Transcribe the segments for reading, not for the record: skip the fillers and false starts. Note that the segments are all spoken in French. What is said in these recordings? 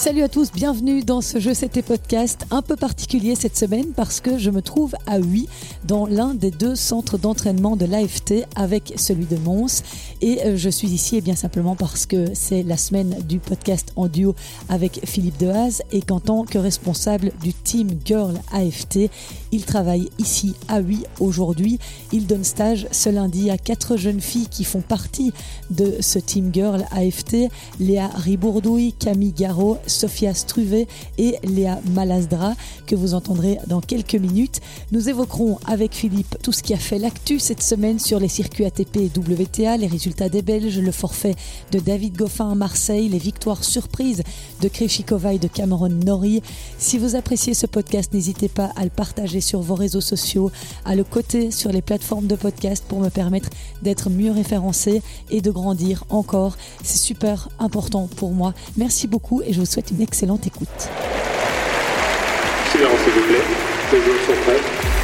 Salut à tous, bienvenue dans ce Je C'était podcast un peu particulier cette semaine parce que je me trouve à Huy dans l'un des deux centres d'entraînement de l'AFT avec celui de Mons et je suis ici bien simplement parce que c'est la semaine du podcast en duo avec Philippe Dehaze et qu'en tant que responsable du Team Girl AFT, il travaille ici à Huy aujourd'hui. Il donne stage ce lundi à 4 jeunes filles qui font partie de ce Team Girl AFT, Léa Ribourdouille, Camille Garot, Sophia Struvé et Léa Malasdra que vous entendrez dans quelques minutes. Nous évoquerons avec Philippe tout ce qui a fait l'actu cette semaine sur les circuits ATP et WTA, les résultats des Belges, le forfait de David Goffin à Marseille, les victoires surprises de Krejcikova et de Cameron Norrie. Si vous appréciez ce podcast, n'hésitez pas à le partager sur vos réseaux sociaux, à le coter sur les plateformes de podcast pour me permettre d'être mieux référencé et de grandir encore. C'est super important pour moi. Merci beaucoup et je vous souhaite une excellente écoute. Silence s'il vous plaît, les joueurs sont prêts.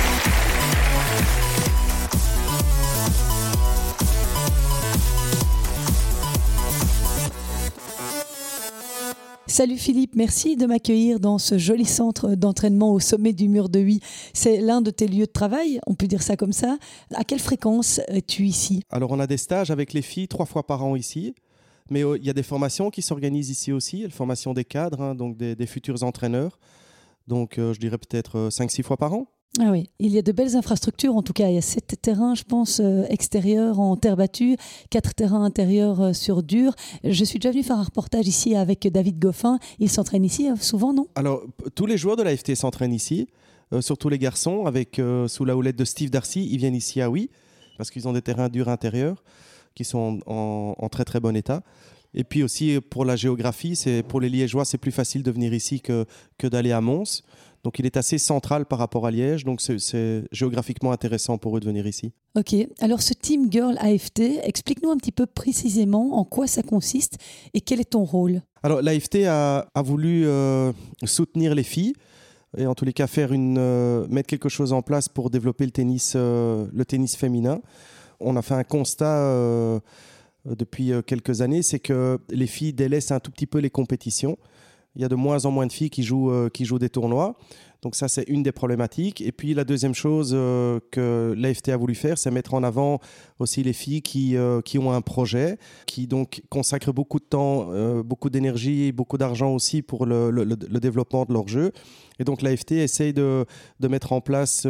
Salut Philippe, merci de m'accueillir dans ce joli centre d'entraînement au sommet du mur de Huy. C'est l'un de tes lieux de travail, on peut dire ça comme ça. À quelle fréquence es-tu ici ? Alors on a des stages avec les filles 3 fois par an ici. Mais il y a des formations qui s'organisent ici aussi, la formation des cadres, donc des futurs entraîneurs. Donc je dirais peut-être 5-6 fois par an. Ah oui, il y a de belles infrastructures, en tout cas il y a 7 terrains, je pense, extérieurs en terre battue, 4 terrains intérieurs sur dur. Je suis déjà venu faire un reportage ici avec David Goffin, il s'entraîne ici souvent, non ? Alors tous les joueurs de l'AFT s'entraînent ici, surtout les garçons, avec sous la houlette de Steve Darcy, ils viennent ici à Huy, parce qu'ils ont des terrains durs intérieurs qui sont en très très bon état. Et puis aussi pour la géographie, pour les Liégeois, c'est plus facile de venir ici que d'aller à Mons. Donc il est assez central par rapport à Liège, donc c'est géographiquement intéressant pour eux de venir ici. Ok, alors ce Team Girl AFT, explique-nous un petit peu précisément en quoi ça consiste et quel est ton rôle ? Alors l'AFT a voulu soutenir les filles et en tous les cas mettre quelque chose en place pour développer le tennis féminin. On a fait un constat depuis quelques années, c'est que les filles délaissent un tout petit peu les compétitions. Il y a de moins en moins de filles qui jouent des tournois. Donc ça, c'est une des problématiques. Et puis la deuxième chose que l'AFT a voulu faire, c'est mettre en avant aussi les filles qui ont un projet, qui donc consacrent beaucoup de temps, beaucoup d'énergie et beaucoup d'argent aussi pour le développement de leur jeu. Et donc l'AFT essaye de mettre en place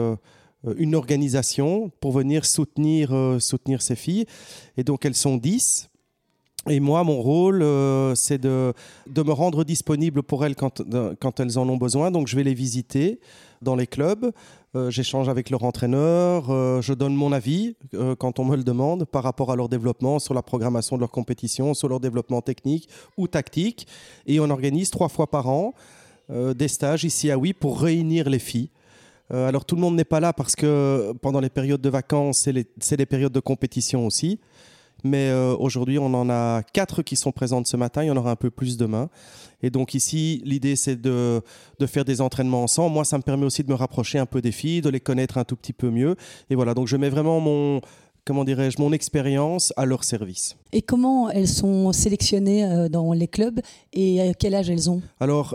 une organisation pour venir soutenir ces filles. Et donc, elles sont 10. Et moi, mon rôle, c'est de me rendre disponible pour elles quand elles en ont besoin. Donc, je vais les visiter dans les clubs. J'échange avec leur entraîneur. Je donne mon avis quand on me le demande par rapport à leur développement, sur la programmation de leur compétition, sur leur développement technique ou tactique. Et on organise 3 fois par an des stages ici à Huy pour réunir les filles. Alors tout le monde n'est pas là parce que pendant les périodes de vacances, c'est les périodes de compétition aussi. Mais aujourd'hui, on en a 4 qui sont présentes ce matin. Il y en aura un peu plus demain. Et donc ici, l'idée, c'est de faire des entraînements ensemble. Moi, ça me permet aussi de me rapprocher un peu des filles, de les connaître un tout petit peu mieux. Et voilà, donc je mets vraiment mon expérience à leur service. Et comment elles sont sélectionnées dans les clubs et à quel âge elles ont ? Alors,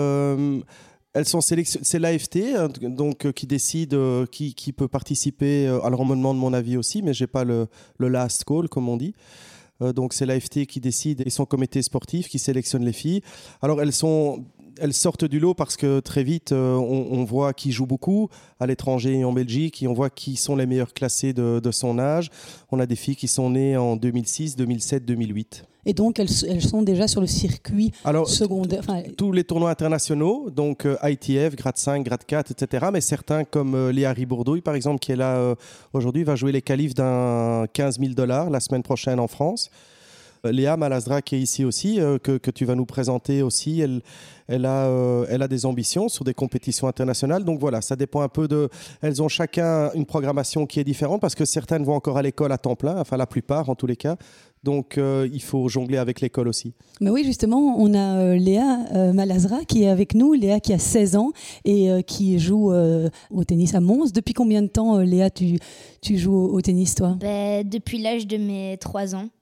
elles sont c'est l'AFT donc, qui décide qui peut participer. Alors on me demande mon avis aussi, mais je n'ai pas le last call, comme on dit. Donc c'est l'AFT qui décide et son comité sportif qui sélectionne les filles. Alors elles sortent du lot parce que très vite, on voit qui joue beaucoup à l'étranger et en Belgique et on voit qui sont les meilleurs classés de son âge. On a des filles qui sont nées en 2006, 2007, 2008. Et donc, elles sont déjà sur le circuit secondaire. Tous les tournois internationaux, donc ITF, grade 5, grade 4, etc. Mais certains, comme Léa Ribourdouille, par exemple, qui est là aujourd'hui, va jouer les qualifs d'un $15,000 la semaine prochaine en France. Léa Malasdra, qui est ici aussi, que tu vas nous présenter aussi, elle a des ambitions sur des compétitions internationales. Donc voilà, ça dépend un peu elles ont chacun une programmation qui est différente parce que certaines vont encore à l'école à temps plein, enfin la plupart en tous les cas. Donc, il faut jongler avec l'école aussi. Mais oui, justement, on a Léa Malasdra qui est avec nous. Léa qui a 16 ans et qui joue au tennis à Mons. Depuis combien de temps, Léa, tu joues au tennis, toi ? Depuis l'âge de mes 3 ans.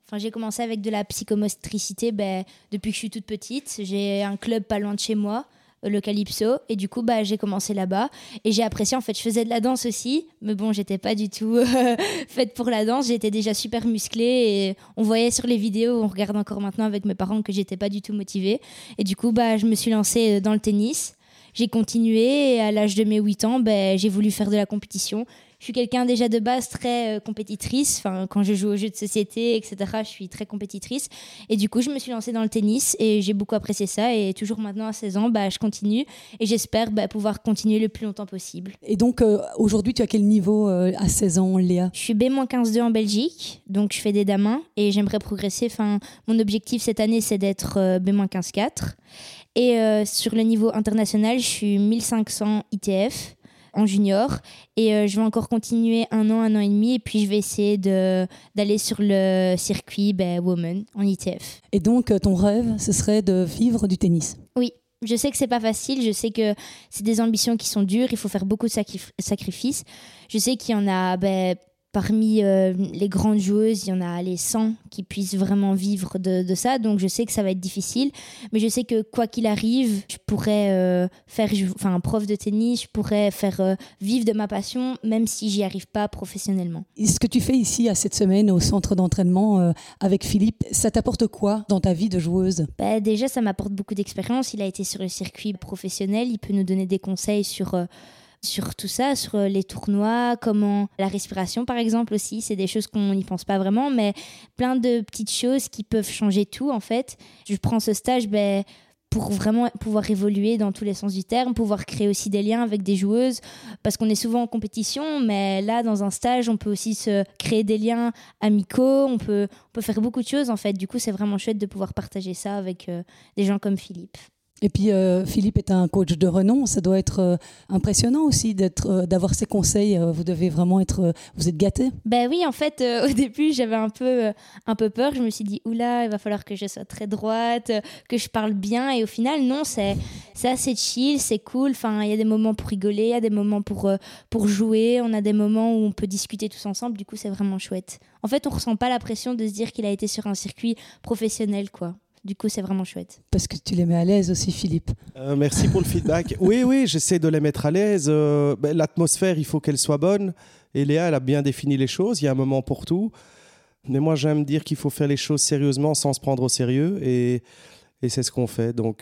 Enfin, j'ai commencé avec de la psychomotricité depuis que je suis toute petite. J'ai un club pas loin de chez moi, le Calypso, et du coup j'ai commencé là-bas et j'ai apprécié. En fait, je faisais de la danse aussi, mais bon, j'étais pas du tout faite pour la danse. J'étais déjà super musclée et on voyait sur les vidéos, on regarde encore maintenant avec mes parents, que j'étais pas du tout motivée. Et du coup je me suis lancée dans le tennis. J'ai continué et à l'âge de mes 8 ans, j'ai voulu faire de la compétition. Je suis quelqu'un déjà de base très compétitrice. Enfin, quand je joue aux jeux de société, etc., je suis très compétitrice. Et du coup, je me suis lancée dans le tennis et j'ai beaucoup apprécié ça. Et toujours maintenant, à 16 ans, je continue. Et j'espère pouvoir continuer le plus longtemps possible. Et donc, aujourd'hui, tu as quel niveau à 16 ans, Léa ? Je suis B-15-2 en Belgique. Donc, je fais des dames 1 et j'aimerais progresser. Enfin, mon objectif cette année, c'est d'être B-4. Et sur le niveau international, je suis 1500 ITF en junior et je vais encore continuer un an et demi et puis je vais essayer d'aller sur le circuit Women en ITF. Et donc ton rêve, ce serait de vivre du tennis ? Oui, je sais que c'est pas facile, je sais que c'est des ambitions qui sont dures, il faut faire beaucoup de sacrifices. Je sais qu'il y en a parmi les grandes joueuses, il y en a les 100 qui puissent vraiment vivre de ça. Donc, je sais que ça va être difficile. Mais je sais que quoi qu'il arrive, je pourrais faire un prof de tennis, je pourrais faire vivre de ma passion, même si j'y arrive pas professionnellement. Et ce que tu fais ici à cette semaine au centre d'entraînement avec Philippe, ça t'apporte quoi dans ta vie de joueuse ? Déjà, ça m'apporte beaucoup d'expérience. Il a été sur le circuit professionnel. Il peut nous donner des conseils sur tout ça, sur les tournois, comment la respiration par exemple aussi, c'est des choses qu'on n'y pense pas vraiment, mais plein de petites choses qui peuvent changer tout en fait. Je prends ce stage pour vraiment pouvoir évoluer dans tous les sens du terme, pouvoir créer aussi des liens avec des joueuses, parce qu'on est souvent en compétition, mais là dans un stage on peut aussi se créer des liens amicaux, on peut faire beaucoup de choses en fait. Du coup c'est vraiment chouette de pouvoir partager ça avec des gens comme Philippe. Et puis Philippe est un coach de renom, ça doit être impressionnant aussi d'avoir ses conseils. Vous devez vraiment vous êtes gâtés. Oui, en fait, au début, j'avais un peu peur. Je me suis dit, oula, il va falloir que je sois très droite, que je parle bien. Et au final, non, c'est assez chill, c'est cool. Enfin, il y a des moments pour rigoler, il y a des moments pour jouer. On a des moments où on peut discuter tous ensemble. Du coup, c'est vraiment chouette. En fait, on ressent pas la pression de se dire qu'il a été sur un circuit professionnel, quoi. Du coup, c'est vraiment chouette. Parce que tu les mets à l'aise aussi, Philippe. Merci pour le feedback. Oui, j'essaie de les mettre à l'aise. L'atmosphère, il faut qu'elle soit bonne. Et Léa, elle a bien défini les choses. Il y a un moment pour tout. Mais moi, j'aime dire qu'il faut faire les choses sérieusement sans se prendre au sérieux. Et c'est ce qu'on fait. Donc,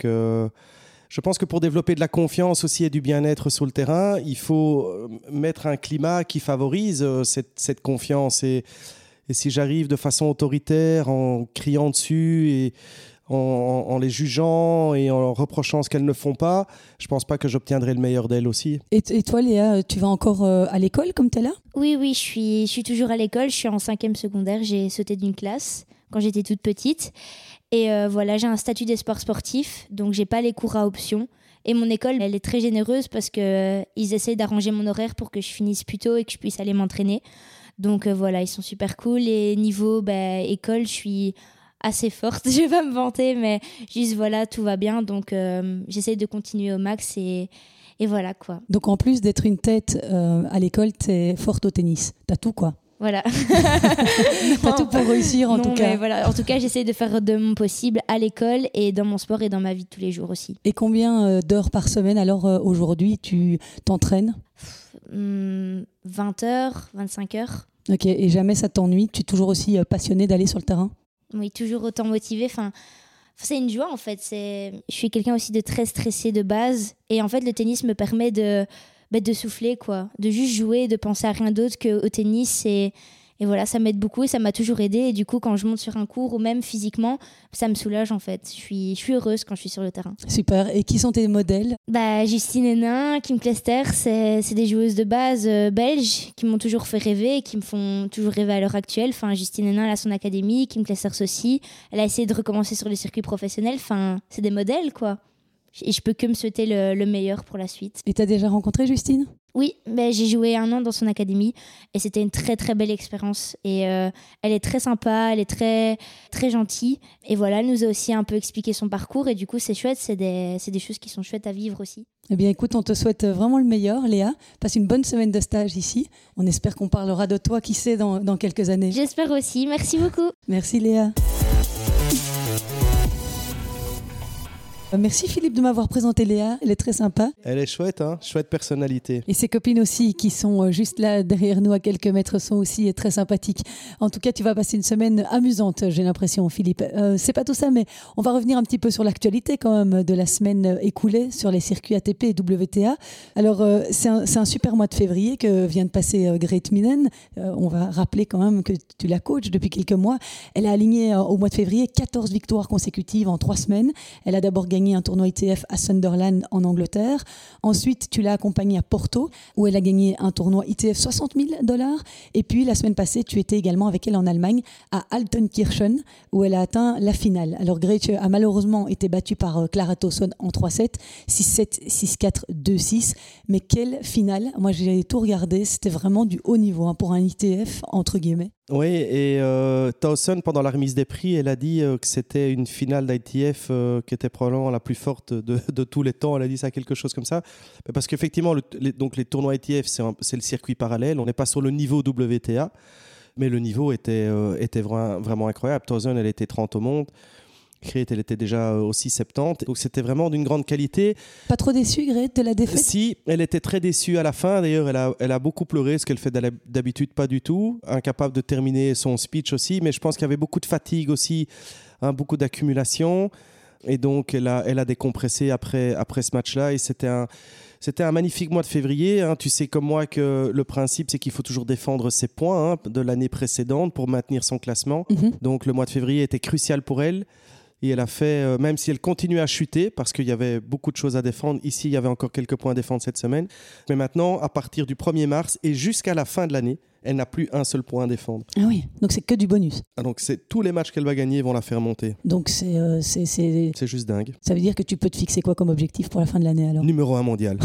je pense que pour développer de la confiance aussi et du bien-être sur le terrain, il faut mettre un climat qui favorise cette confiance. Et si j'arrive de façon autoritaire, en criant dessus et en les jugeant et en leur reprochant ce qu'elles ne font pas, je ne pense pas que j'obtiendrai le meilleur d'elles aussi. Et toi, Léa, tu vas encore à l'école comme tu es là ? Oui, je suis toujours à l'école. Je suis en 5e secondaire. J'ai sauté d'une classe quand j'étais toute petite. Et j'ai un statut des sports sportifs, donc je n'ai pas les cours à option. Et mon école, elle est très généreuse parce qu'ils essayent d'arranger mon horaire pour que je finisse plus tôt et que je puisse aller m'entraîner. Donc ils sont super cool. Et niveau école, je suis assez forte. Je vais pas me vanter, mais juste tout va bien. Donc j'essaie de continuer au max et voilà quoi. Donc en plus d'être une tête à l'école, t'es forte au tennis. T'as tout quoi. Voilà. T'as tout pour réussir en tout cas. Mais voilà. En tout cas, j'essaie de faire de mon possible à l'école et dans mon sport et dans ma vie de tous les jours aussi. Et combien d'heures par semaine alors aujourd'hui tu t'entraînes ? 20 heures, 25 heures. Ok, et jamais ça t'ennuie ? Tu es toujours aussi passionnée d'aller sur le terrain ? Oui, toujours autant motivée. C'est une joie en fait. Je suis quelqu'un aussi de très stressé de base. Et en fait, le tennis me permet de souffler, quoi. De juste jouer, de penser à rien d'autre qu'au tennis. Et voilà, ça m'aide beaucoup et ça m'a toujours aidée. Et du coup, quand je monte sur un cours ou même physiquement, ça me soulage en fait. Je suis heureuse quand je suis sur le terrain. Super. Et qui sont tes modèles ? Justine Henin, Kim Clijsters, c'est des joueuses de base belges qui m'ont toujours fait rêver et qui me font toujours rêver à l'heure actuelle. Justine Henin, elle a son académie, Kim Clijsters aussi. Elle a essayé de recommencer sur les circuits professionnels. C'est des modèles, quoi. Et je peux que me souhaiter le meilleur pour la suite. Et t'as déjà rencontré Justine ? Oui, mais j'ai joué 1 an dans son académie et c'était une très très belle expérience. Et elle est très sympa, elle est très très gentille. Et voilà, elle nous a aussi un peu expliqué son parcours et du coup c'est chouette, c'est des choses qui sont chouettes à vivre aussi. Eh bien écoute, on te souhaite vraiment le meilleur, Léa. Passe une bonne semaine de stage ici. On espère qu'on parlera de toi, qui sait, dans quelques années. J'espère aussi, merci beaucoup. Merci Léa. Merci Philippe de m'avoir présenté Léa, elle est très sympa. Elle est chouette, hein, chouette personnalité. Et ses copines aussi, qui sont juste là derrière nous à quelques mètres, sont aussi très sympathiques. En tout cas, tu vas passer une semaine amusante, j'ai l'impression, Philippe. C'est pas tout ça, mais on va revenir un petit peu sur l'actualité quand même de la semaine écoulée sur les circuits ATP et WTA. Alors, c'est un super mois de février que vient de passer Grete Minen. On va rappeler quand même que tu la coaches depuis quelques mois. Elle a aligné au mois de février 14 victoires consécutives en 3 semaines. Elle a d'abord gagné un tournoi ITF à Sunderland en Angleterre. Ensuite, tu l'as accompagnée à Porto, où elle a gagné un tournoi ITF $60,000. Et puis, la semaine passée, tu étais également avec elle en Allemagne, à Altenkirchen, où elle a atteint la finale. Alors, Grete a malheureusement été battue par Clara Tauson en 3-7, 6-7, 6-4, 2-6. Mais quelle finale! Moi, j'ai tout regardé. C'était vraiment du haut niveau pour un ITF, entre guillemets. Oui, et Tauson, pendant la remise des prix, elle a dit que c'était une finale d'ITF qui était probablement la plus forte de tous les temps. Elle a dit ça, quelque chose comme ça. Parce qu'effectivement, donc les tournois ITF, c'est le circuit parallèle. On n'est pas sur le niveau WTA, mais le niveau était vraiment incroyable. Tauson, elle était 30 au monde. Grete, elle était déjà aussi 70. Donc, c'était vraiment d'une grande qualité. Pas trop déçue, Grete, de la défaite? Si, elle était très déçue à la fin. D'ailleurs, elle a beaucoup pleuré, ce qu'elle fait d'habitude pas du tout. Incapable de terminer son speech aussi. Mais je pense qu'il y avait beaucoup de fatigue aussi, beaucoup d'accumulation. Et donc, elle a décompressé après ce match-là. Et c'était un magnifique mois de février. Tu sais comme moi que le principe, c'est qu'il faut toujours défendre ses points de l'année précédente pour maintenir son classement. Donc, le mois de février était crucial pour elle. Et elle a fait, même si elle continue à chuter, parce qu'il y avait beaucoup de choses à défendre, ici, il y avait encore quelques points à défendre cette semaine. Mais maintenant, à partir du 1er mars et jusqu'à la fin de l'année, elle n'a plus un seul point à défendre. Ah oui, donc c'est que du bonus. Donc tous les matchs qu'elle va gagner vont la faire monter. Donc c'est juste dingue. Ça veut dire que tu peux te fixer quoi comme objectif pour la fin de l'année alors? Numéro 1 mondial.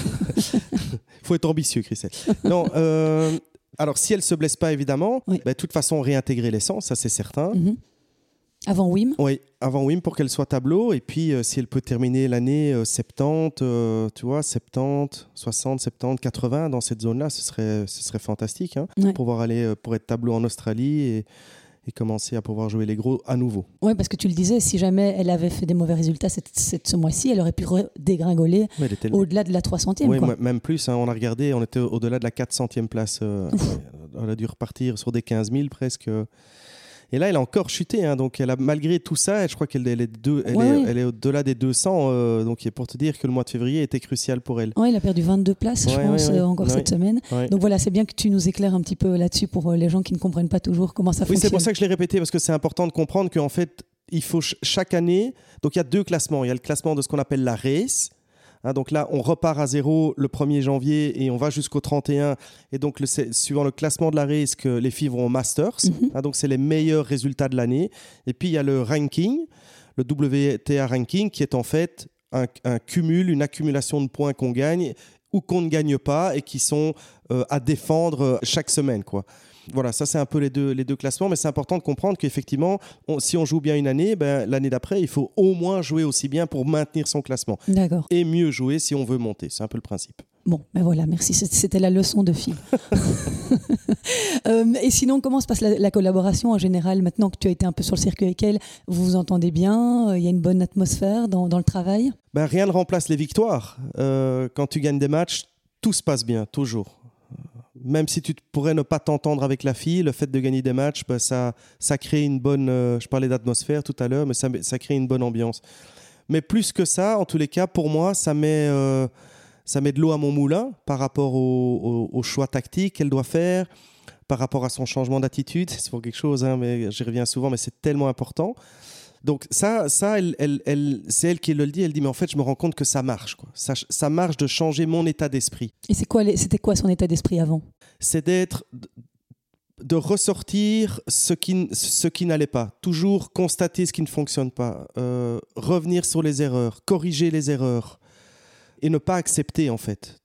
Faut être ambitieux, Christelle. Non, alors si elle ne se blesse pas, évidemment, oui. De toute façon, réintégrer l'essence, ça c'est certain. Avant WIM? Oui, avant WIM pour qu'elle soit tableau. Et puis, si elle peut terminer l'année 70, tu vois, 70, 60, 70, 80 dans cette zone-là, ce serait fantastique pour pouvoir aller pour être tableau en Australie et commencer à pouvoir jouer les gros à nouveau. Oui, parce que tu le disais, si jamais elle avait fait des mauvais résultats ce mois-ci, elle aurait pu dégringoler au-delà de la 300e. Oui, quoi. Même plus. On a regardé, on était au-delà de la 400e place. Elle a dû repartir sur des 15 000 presque. Et là, elle a encore chuté. Donc, elle a, malgré tout ça, je crois qu'elle est au-delà des 200. Donc, pour te dire que le mois de février était crucial pour elle. Oui, elle a perdu 22 places, je pense, cette semaine. Ouais. Donc voilà, c'est bien que tu nous éclaires un petit peu là-dessus pour les gens qui ne comprennent pas toujours comment ça fonctionne. Oui, c'est pour ça que je l'ai répété, parce que c'est important de comprendre qu'en fait, il faut chaque année... Donc, il y a 2 classements. Il y a le classement de ce qu'on appelle la race. Donc là, on repart à 0 le 1er janvier et on va jusqu'au 31. Et donc, suivant le classement de la race, que les filles vont au Masters. Donc, c'est les meilleurs résultats de l'année. Et puis, il y a le ranking, le WTA ranking, qui est en fait un cumul, une accumulation de points qu'on gagne ou qu'on ne gagne pas et qui sont à défendre chaque semaine, quoi. Voilà, ça c'est un peu les deux classements, mais c'est important de comprendre qu'effectivement, si on joue bien une année, l'année d'après, il faut au moins jouer aussi bien pour maintenir son classement. D'accord. Et mieux jouer si on veut monter, c'est un peu le principe. Bon, ben voilà, merci, c'était la leçon de Phil. Et sinon, comment se passe la collaboration en général, maintenant que tu as été un peu sur le circuit avec elle? Vous vous entendez bien? Il y a une bonne atmosphère dans le travail? Rien ne remplace les victoires. Quand tu gagnes des matchs, tout se passe bien, toujours. Même si tu pourrais ne pas t'entendre avec la fille, le fait de gagner des matchs, ça crée une bonne... je parlais d'atmosphère tout à l'heure, mais ça crée une bonne ambiance. Mais plus que ça, en tous les cas, pour moi, ça met de l'eau à mon moulin par rapport au choix tactique qu'elle doit faire, par rapport à son changement d'attitude. C'est pour quelque chose, mais j'y reviens souvent, mais c'est tellement important. Donc ça c'est elle qui le dit. Elle dit, mais en fait, je me rends compte que ça marche, quoi. Ça marche de changer mon état d'esprit. Et c'était quoi son état d'esprit avant? C'est de ressortir ce qui n'allait pas. Toujours constater ce qui ne fonctionne pas. Revenir sur les erreurs, corriger les erreurs. Et ne pas accepter, en fait.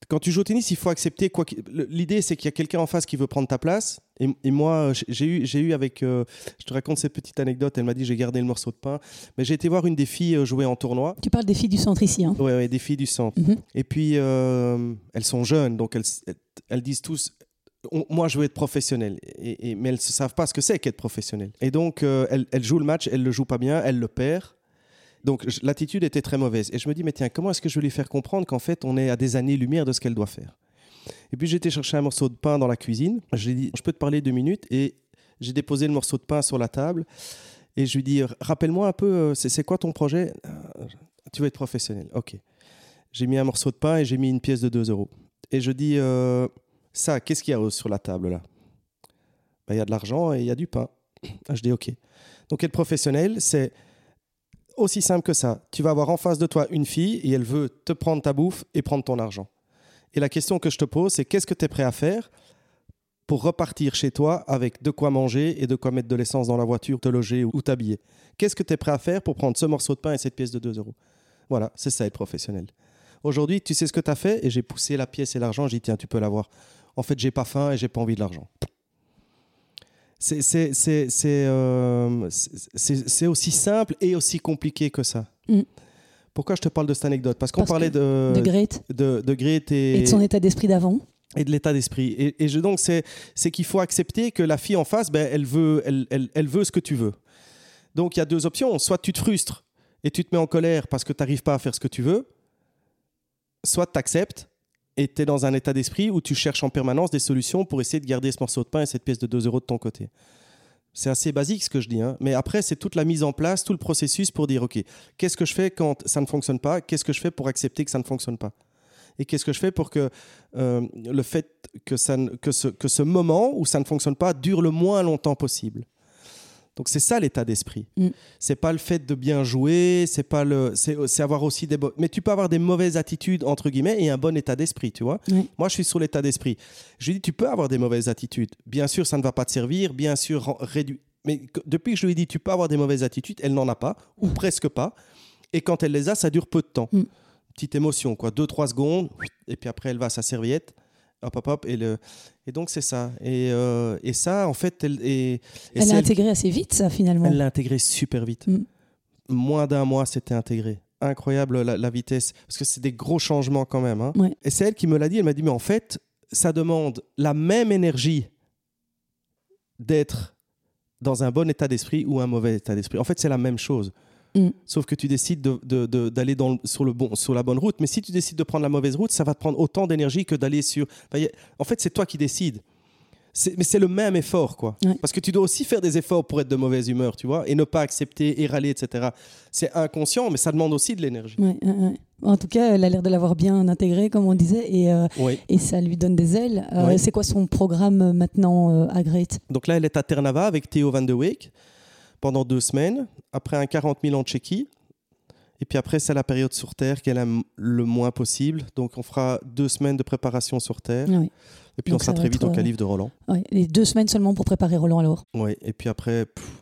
Quand tu joues au tennis, il faut accepter quoi. L'idée, c'est qu'il y a quelqu'un en face qui veut prendre ta place. Et moi, j'ai eu avec. Je te raconte cette petite anecdote. Elle m'a dit j'ai gardé le morceau de pain. Mais j'ai été voir une des filles jouer en tournoi. Tu parles des filles du centre ici. Hein. Oui, des filles du centre. Et puis, elles sont jeunes, donc elles disent tous. Moi, je veux être professionnel. Mais elles ne savent pas ce que c'est qu'être professionnel. Et donc, elles jouent le match, elles ne le jouent pas bien, elles le perdent. Donc, l'attitude était très mauvaise. Et je me dis, mais tiens, comment est-ce que je vais lui faire comprendre qu'en fait, on est à des années-lumière de ce qu'elle doit faire? Et puis, j'ai été chercher un morceau de pain dans la cuisine. J'ai dit, je peux te parler 2 minutes? Et j'ai déposé le morceau de pain sur la table. Et je lui dis, rappelle-moi un peu, c'est quoi ton projet? Tu veux être professionnel. OK. J'ai mis un morceau de pain et j'ai mis une pièce de 2 €. Et je dis, ça, qu'est-ce qu'il y a sur la table, là? Ben, y a de l'argent et il y a du pain. Je dis, OK. Donc, être professionnel, c'est aussi simple que ça. Tu vas avoir en face de toi une fille et elle veut te prendre ta bouffe et prendre ton argent. Et la question que je te pose, c'est qu'est-ce que tu es prêt à faire pour repartir chez toi avec de quoi manger et de quoi mettre de l'essence dans la voiture, te loger ou t'habiller? Qu'est-ce que tu es prêt à faire pour prendre ce morceau de pain et cette pièce de 2 €? Voilà, c'est ça être professionnel. Aujourd'hui, tu sais ce que tu as fait? Et j'ai poussé la pièce et l'argent, j'ai dit tiens, tu peux l'avoir. En fait, j'ai pas faim et j'ai pas envie de l'argent. C'est aussi simple et aussi compliqué que ça. Pourquoi je te parle de cette anecdote? Parce qu'on parlait de Grete. De Grete et de son état d'esprit d'avant. Et de l'état d'esprit. Donc, c'est qu'il faut accepter que la fille en face, ben, elle veut ce que tu veux. Donc, il y a 2 options. Soit tu te frustres et tu te mets en colère parce que tu n'arrives pas à faire ce que tu veux. Soit tu acceptes et tu es dans un état d'esprit où tu cherches en permanence des solutions pour essayer de garder ce morceau de pain et cette pièce de 2 € de ton côté. C'est assez basique ce que je dis, hein. Mais après, c'est toute la mise en place, tout le processus pour dire, OK, qu'est-ce que je fais quand ça ne fonctionne pas? Qu'est-ce que je fais pour accepter que ça ne fonctionne pas? Et qu'est-ce que je fais pour que le fait que ce moment où ça ne fonctionne pas dure le moins longtemps possible? Donc, c'est ça l'état d'esprit. C'est pas le fait de bien jouer, c'est avoir aussi des... Mais tu peux avoir des mauvaises attitudes, entre guillemets, et un bon état d'esprit, tu vois. Moi, je suis sur l'état d'esprit. Je lui dis, tu peux avoir des mauvaises attitudes. Bien sûr, ça ne va pas te servir. Bien sûr, réduire. Mais depuis que je lui ai dit, tu peux avoir des mauvaises attitudes, elle n'en a pas, ou presque pas. Et quand elle les a, ça dure peu de temps. Petite émotion, quoi. 2-3 secondes, et puis après, elle va à sa serviette. Hop, et donc c'est ça. Et ça, en fait, elle a intégré assez vite, ça, finalement. Elle l'a intégré super vite. Moins d'1 mois, c'était intégré. Incroyable la vitesse, parce que c'est des gros changements quand même. Hein. Ouais. Et c'est elle qui me l'a dit. Elle m'a dit, mais en fait, ça demande la même énergie d'être dans un bon état d'esprit ou un mauvais état d'esprit. En fait, c'est la même chose. Sauf que tu décides d'aller sur la bonne route. Mais si tu décides de prendre la mauvaise route, ça va te prendre autant d'énergie que d'aller sur... En fait, c'est toi qui décides. Mais c'est le même effort, quoi. Ouais. Parce que tu dois aussi faire des efforts pour être de mauvaise humeur, tu vois, et ne pas accepter et râler, etc. C'est inconscient, mais ça demande aussi de l'énergie. Ouais. En tout cas, elle a l'air de l'avoir bien intégré, comme on disait, et ça lui donne des ailes. C'est quoi son programme maintenant à Grete? Donc là, elle est à Ternava avec Theo van de Week pendant 2 semaines, après un 40 000 en Tchéquie. Et puis après, c'est la période sur Terre qu'elle aime le moins possible. Donc, on fera 2 semaines de préparation sur Terre. Oui. Et puis, donc on sera très vite en qualif de Roland. Oui, et 2 semaines seulement pour préparer Roland alors. Oui, et puis après,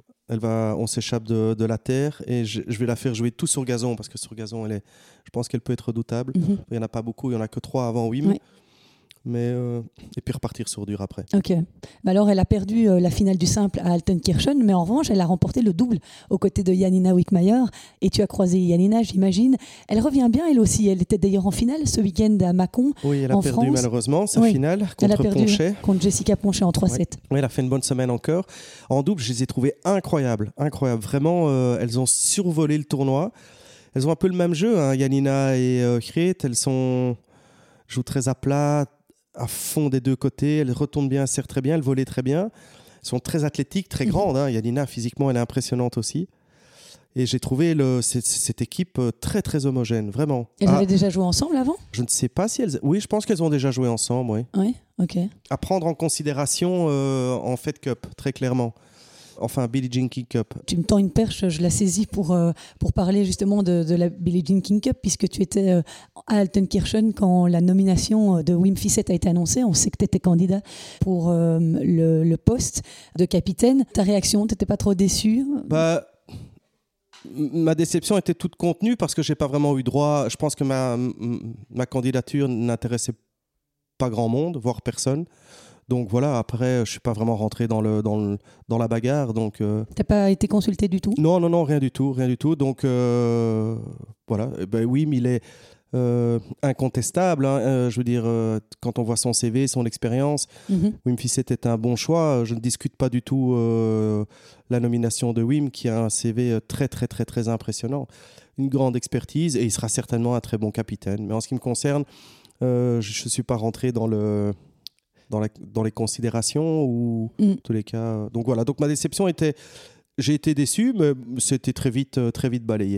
on s'échappe de la Terre et je vais la faire jouer tout sur gazon parce que sur gazon, je pense qu'elle peut être redoutable. Il n'y en a pas beaucoup, il n'y en a que 3 avant Wim. Oui. Mais et puis repartir sur dur après. Ok. Alors, elle a perdu la finale du simple à Altenkirchen, mais en revanche, elle a remporté le double aux côtés de Janina Wickmayer. Et tu as croisé Janina, j'imagine. Elle revient bien, elle aussi. Elle était d'ailleurs en finale ce week-end à Mâcon. Oui, elle a perdu malheureusement sa finale contre Ponchet. Contre Jessica Ponchet en 3-7. Oui, elle a fait une bonne semaine encore. En double, je les ai trouvées incroyables. Vraiment, elles ont survolé le tournoi. Elles ont un peu le même jeu, hein, Janina et Grete. Elles jouent très à plat, à fond des 2 côtés, elle retourne bien, elle serre très bien, elle volait très bien. Elles sont très athlétiques, très grandes. Hein. Janina, physiquement, elle est impressionnante aussi. Et j'ai trouvé cette équipe très, très homogène, vraiment. Elles avaient déjà joué ensemble avant ? Je ne sais pas si elles... Oui, je pense qu'elles ont déjà joué ensemble, oui. Oui, ok. À prendre en considération en Fed Cup, très clairement. Enfin, Billie Jean King Cup. Tu me tends une perche, je la saisis pour parler justement de la Billie Jean King Cup, puisque tu étais à Altenkirchen quand la nomination de Wim Fissette a été annoncée. On sait que tu étais candidat pour le poste de capitaine. Ta réaction, tu n'étais pas trop déçu ? Ma déception était toute contenue parce que je n'ai pas vraiment eu droit. Je pense que ma candidature n'intéressait pas grand monde, voire personne. Donc voilà, après, je ne suis pas vraiment rentré dans la bagarre. Donc, Tu n'as pas été consulté du tout ? Non, rien du tout. Donc voilà, oui, mais il est incontestable. Hein. Je veux dire, quand on voit son CV, son expérience, Wim Fissette est un bon choix. Je ne discute pas du tout la nomination de Wim, qui a un CV très, très, très, très impressionnant. Une grande expertise, et il sera certainement un très bon capitaine. Mais en ce qui me concerne, je ne suis pas rentré dans les considérations ou tous les cas. Donc voilà, donc ma déception était, j'ai été déçu, mais c'était très vite balayé.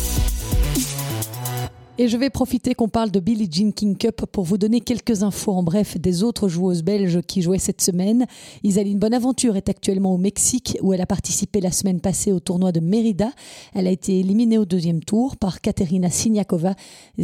Et je vais profiter qu'on parle de Billie Jean King Cup pour vous donner quelques infos en bref des autres joueuses belges qui jouaient cette semaine. Isaline Bonaventure est actuellement au Mexique où elle a participé la semaine passée au tournoi de Mérida. Elle a été éliminée au deuxième tour par Katerina Siniakova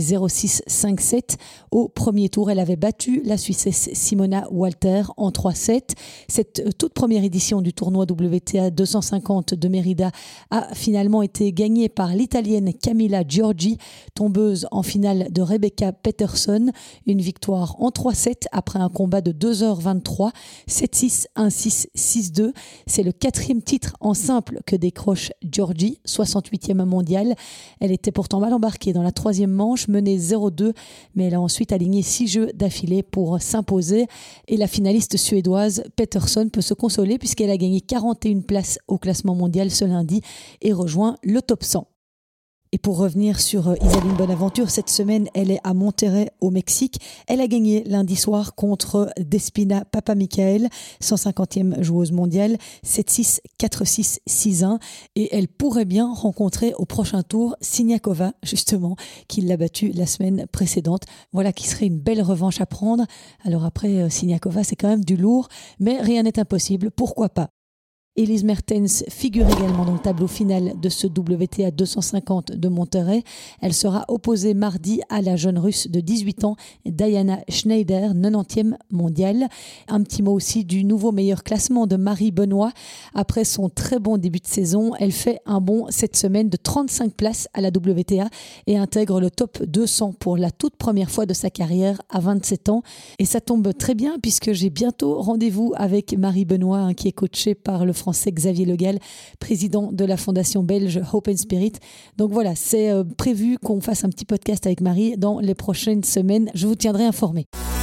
0-6-5-7. Au premier tour, elle avait battu la Suissesse Simona Walter en 3-7. Cette toute première édition du tournoi WTA 250 de Mérida a finalement été gagnée par l'Italienne Camilla Giorgi, tombeuse en finale de Rebecca Peterson. Une victoire en 3-7 après un combat de 2h23, 7-6, 1-6, 6-2. C'est le 4e titre en simple que décroche Giorgi, 68e mondiale. Elle était pourtant mal embarquée dans la 3e manche, menée 0-2, mais elle a ensuite aligné 6 jeux d'affilée pour s'imposer. Et la finaliste suédoise Peterson peut se consoler puisqu'elle a gagné 41 places au classement mondial ce lundi et rejoint le top 100. Et pour revenir sur Isaline Bonaventure, cette semaine, elle est à Monterrey au Mexique. Elle a gagné lundi soir contre Despina Papamichael, 150e joueuse mondiale, 7-6, 4-6, 6-1. Et elle pourrait bien rencontrer au prochain tour Siniakova, justement, qui l'a battue la semaine précédente. Voilà qui serait une belle revanche à prendre. Alors après, Siniakova, c'est quand même du lourd, mais rien n'est impossible, pourquoi pas. Elise Mertens figure également dans le tableau final de ce WTA 250 de Monterrey. Elle sera opposée mardi à la jeune russe de 18 ans, Diana Schneider, 90e mondiale. Un petit mot aussi du nouveau meilleur classement de Marie Benoît. Après son très bon début de saison, elle fait un bond cette semaine de 35 places à la WTA et intègre le top 200 pour la toute première fois de sa carrière à 27 ans. Et ça tombe très bien puisque j'ai bientôt rendez-vous avec Marie Benoît, qui est coachée par le Français Xavier Le Gall, président de la fondation belge Hope and Spirit. Donc voilà, c'est prévu qu'on fasse un petit podcast avec Marie dans les prochaines semaines. Je vous tiendrai informé.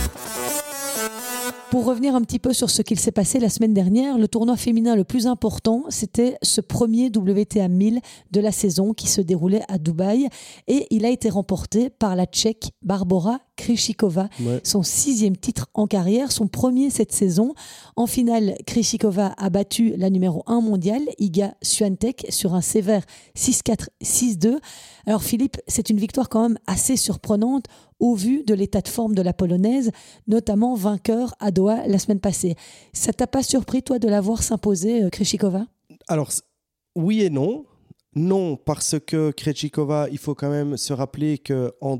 Pour revenir un petit peu sur ce qu'il s'est passé la semaine dernière, le tournoi féminin le plus important, c'était ce premier WTA 1000 de la saison qui se déroulait à Dubaï et il a été remporté par la Tchèque Barbora Krejcikova, son 6e titre en carrière, son premier cette saison. En finale, Krejcikova a battu la numéro 1 mondiale, Iga Swiatek, sur un sévère 6-4, 6-2. Alors Philippe, c'est une victoire quand même assez surprenante au vu de l'état de forme de la Polonaise, notamment vainqueur à Doha la semaine passée. Ça t'a pas surpris, toi, de la voir s'imposer, Krejcikova ? Alors, oui et non. Non, parce que Krejcikova, il faut quand même se rappeler qu'en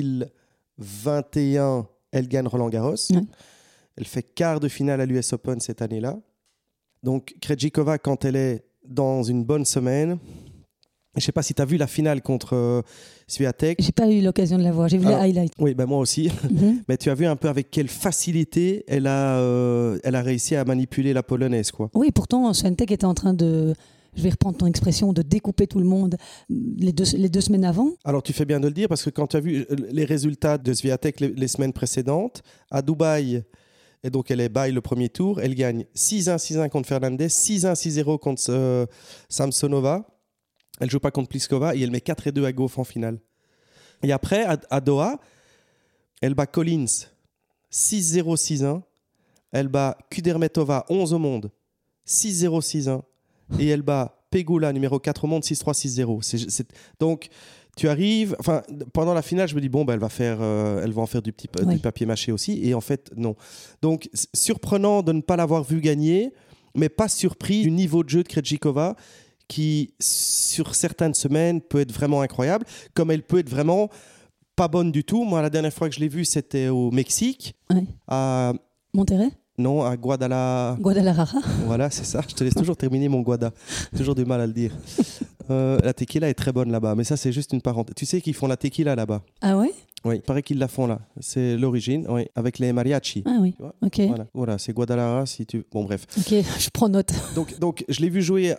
2021, elle gagne Roland-Garros. Oui. Elle fait quart de finale à l'US Open cette année-là. Donc, Krejcikova, quand elle est dans une bonne semaine... Je ne sais pas si tu as vu la finale contre Swiatek. Je n'ai pas eu l'occasion de la voir, j'ai vu les highlights. Oui, moi aussi. Mais tu as vu un peu avec quelle facilité elle a réussi à manipuler la Polonaise, quoi. Oui, pourtant, Swiatek était en train de... Je vais reprendre ton expression, de découper tout le monde les deux semaines avant. Alors, tu fais bien de le dire, parce que quand tu as vu les résultats de Swiatek les semaines précédentes, à Dubaï, et donc elle est bye le premier tour, elle gagne 6-1, 6-1 contre Fernandez, 6-1, 6-0 contre Samsonova. Elle ne joue pas contre Pliskova et elle met 4-2 à Gauff en finale. Et après, à Doha, elle bat Collins 6-0, 6-1. Elle bat Kudermetova 11 au monde 6-0, 6-1. Et elle bat Pegula, numéro 4 au monde, 6-3, 6-0. Donc, tu arrives... Enfin, pendant la finale, je me dis, bon, elle va en faire du papier mâché aussi. Et en fait, non. Donc, surprenant de ne pas l'avoir vu gagner, mais pas surpris du niveau de jeu de Krejcikova, qui, sur certaines semaines, peut être vraiment incroyable, comme elle peut être vraiment pas bonne du tout. Moi, la dernière fois que je l'ai vue, c'était au Mexique. Oui. À... Monterrey ? Non, à Guadalajara. Voilà, c'est ça. Je te laisse toujours terminer mon Guada. Toujours du mal à le dire. La tequila est très bonne là-bas, mais ça, c'est juste une parenthèse. Tu sais qu'ils font la tequila là-bas. Ah ouais ? Oui, il paraît qu'ils la font là. C'est l'origine, oui, avec les mariachis. Ah oui, ok. Voilà, c'est Guadalajara si tu... Bon, bref. Ok, je prends note. Donc je l'ai vu jouer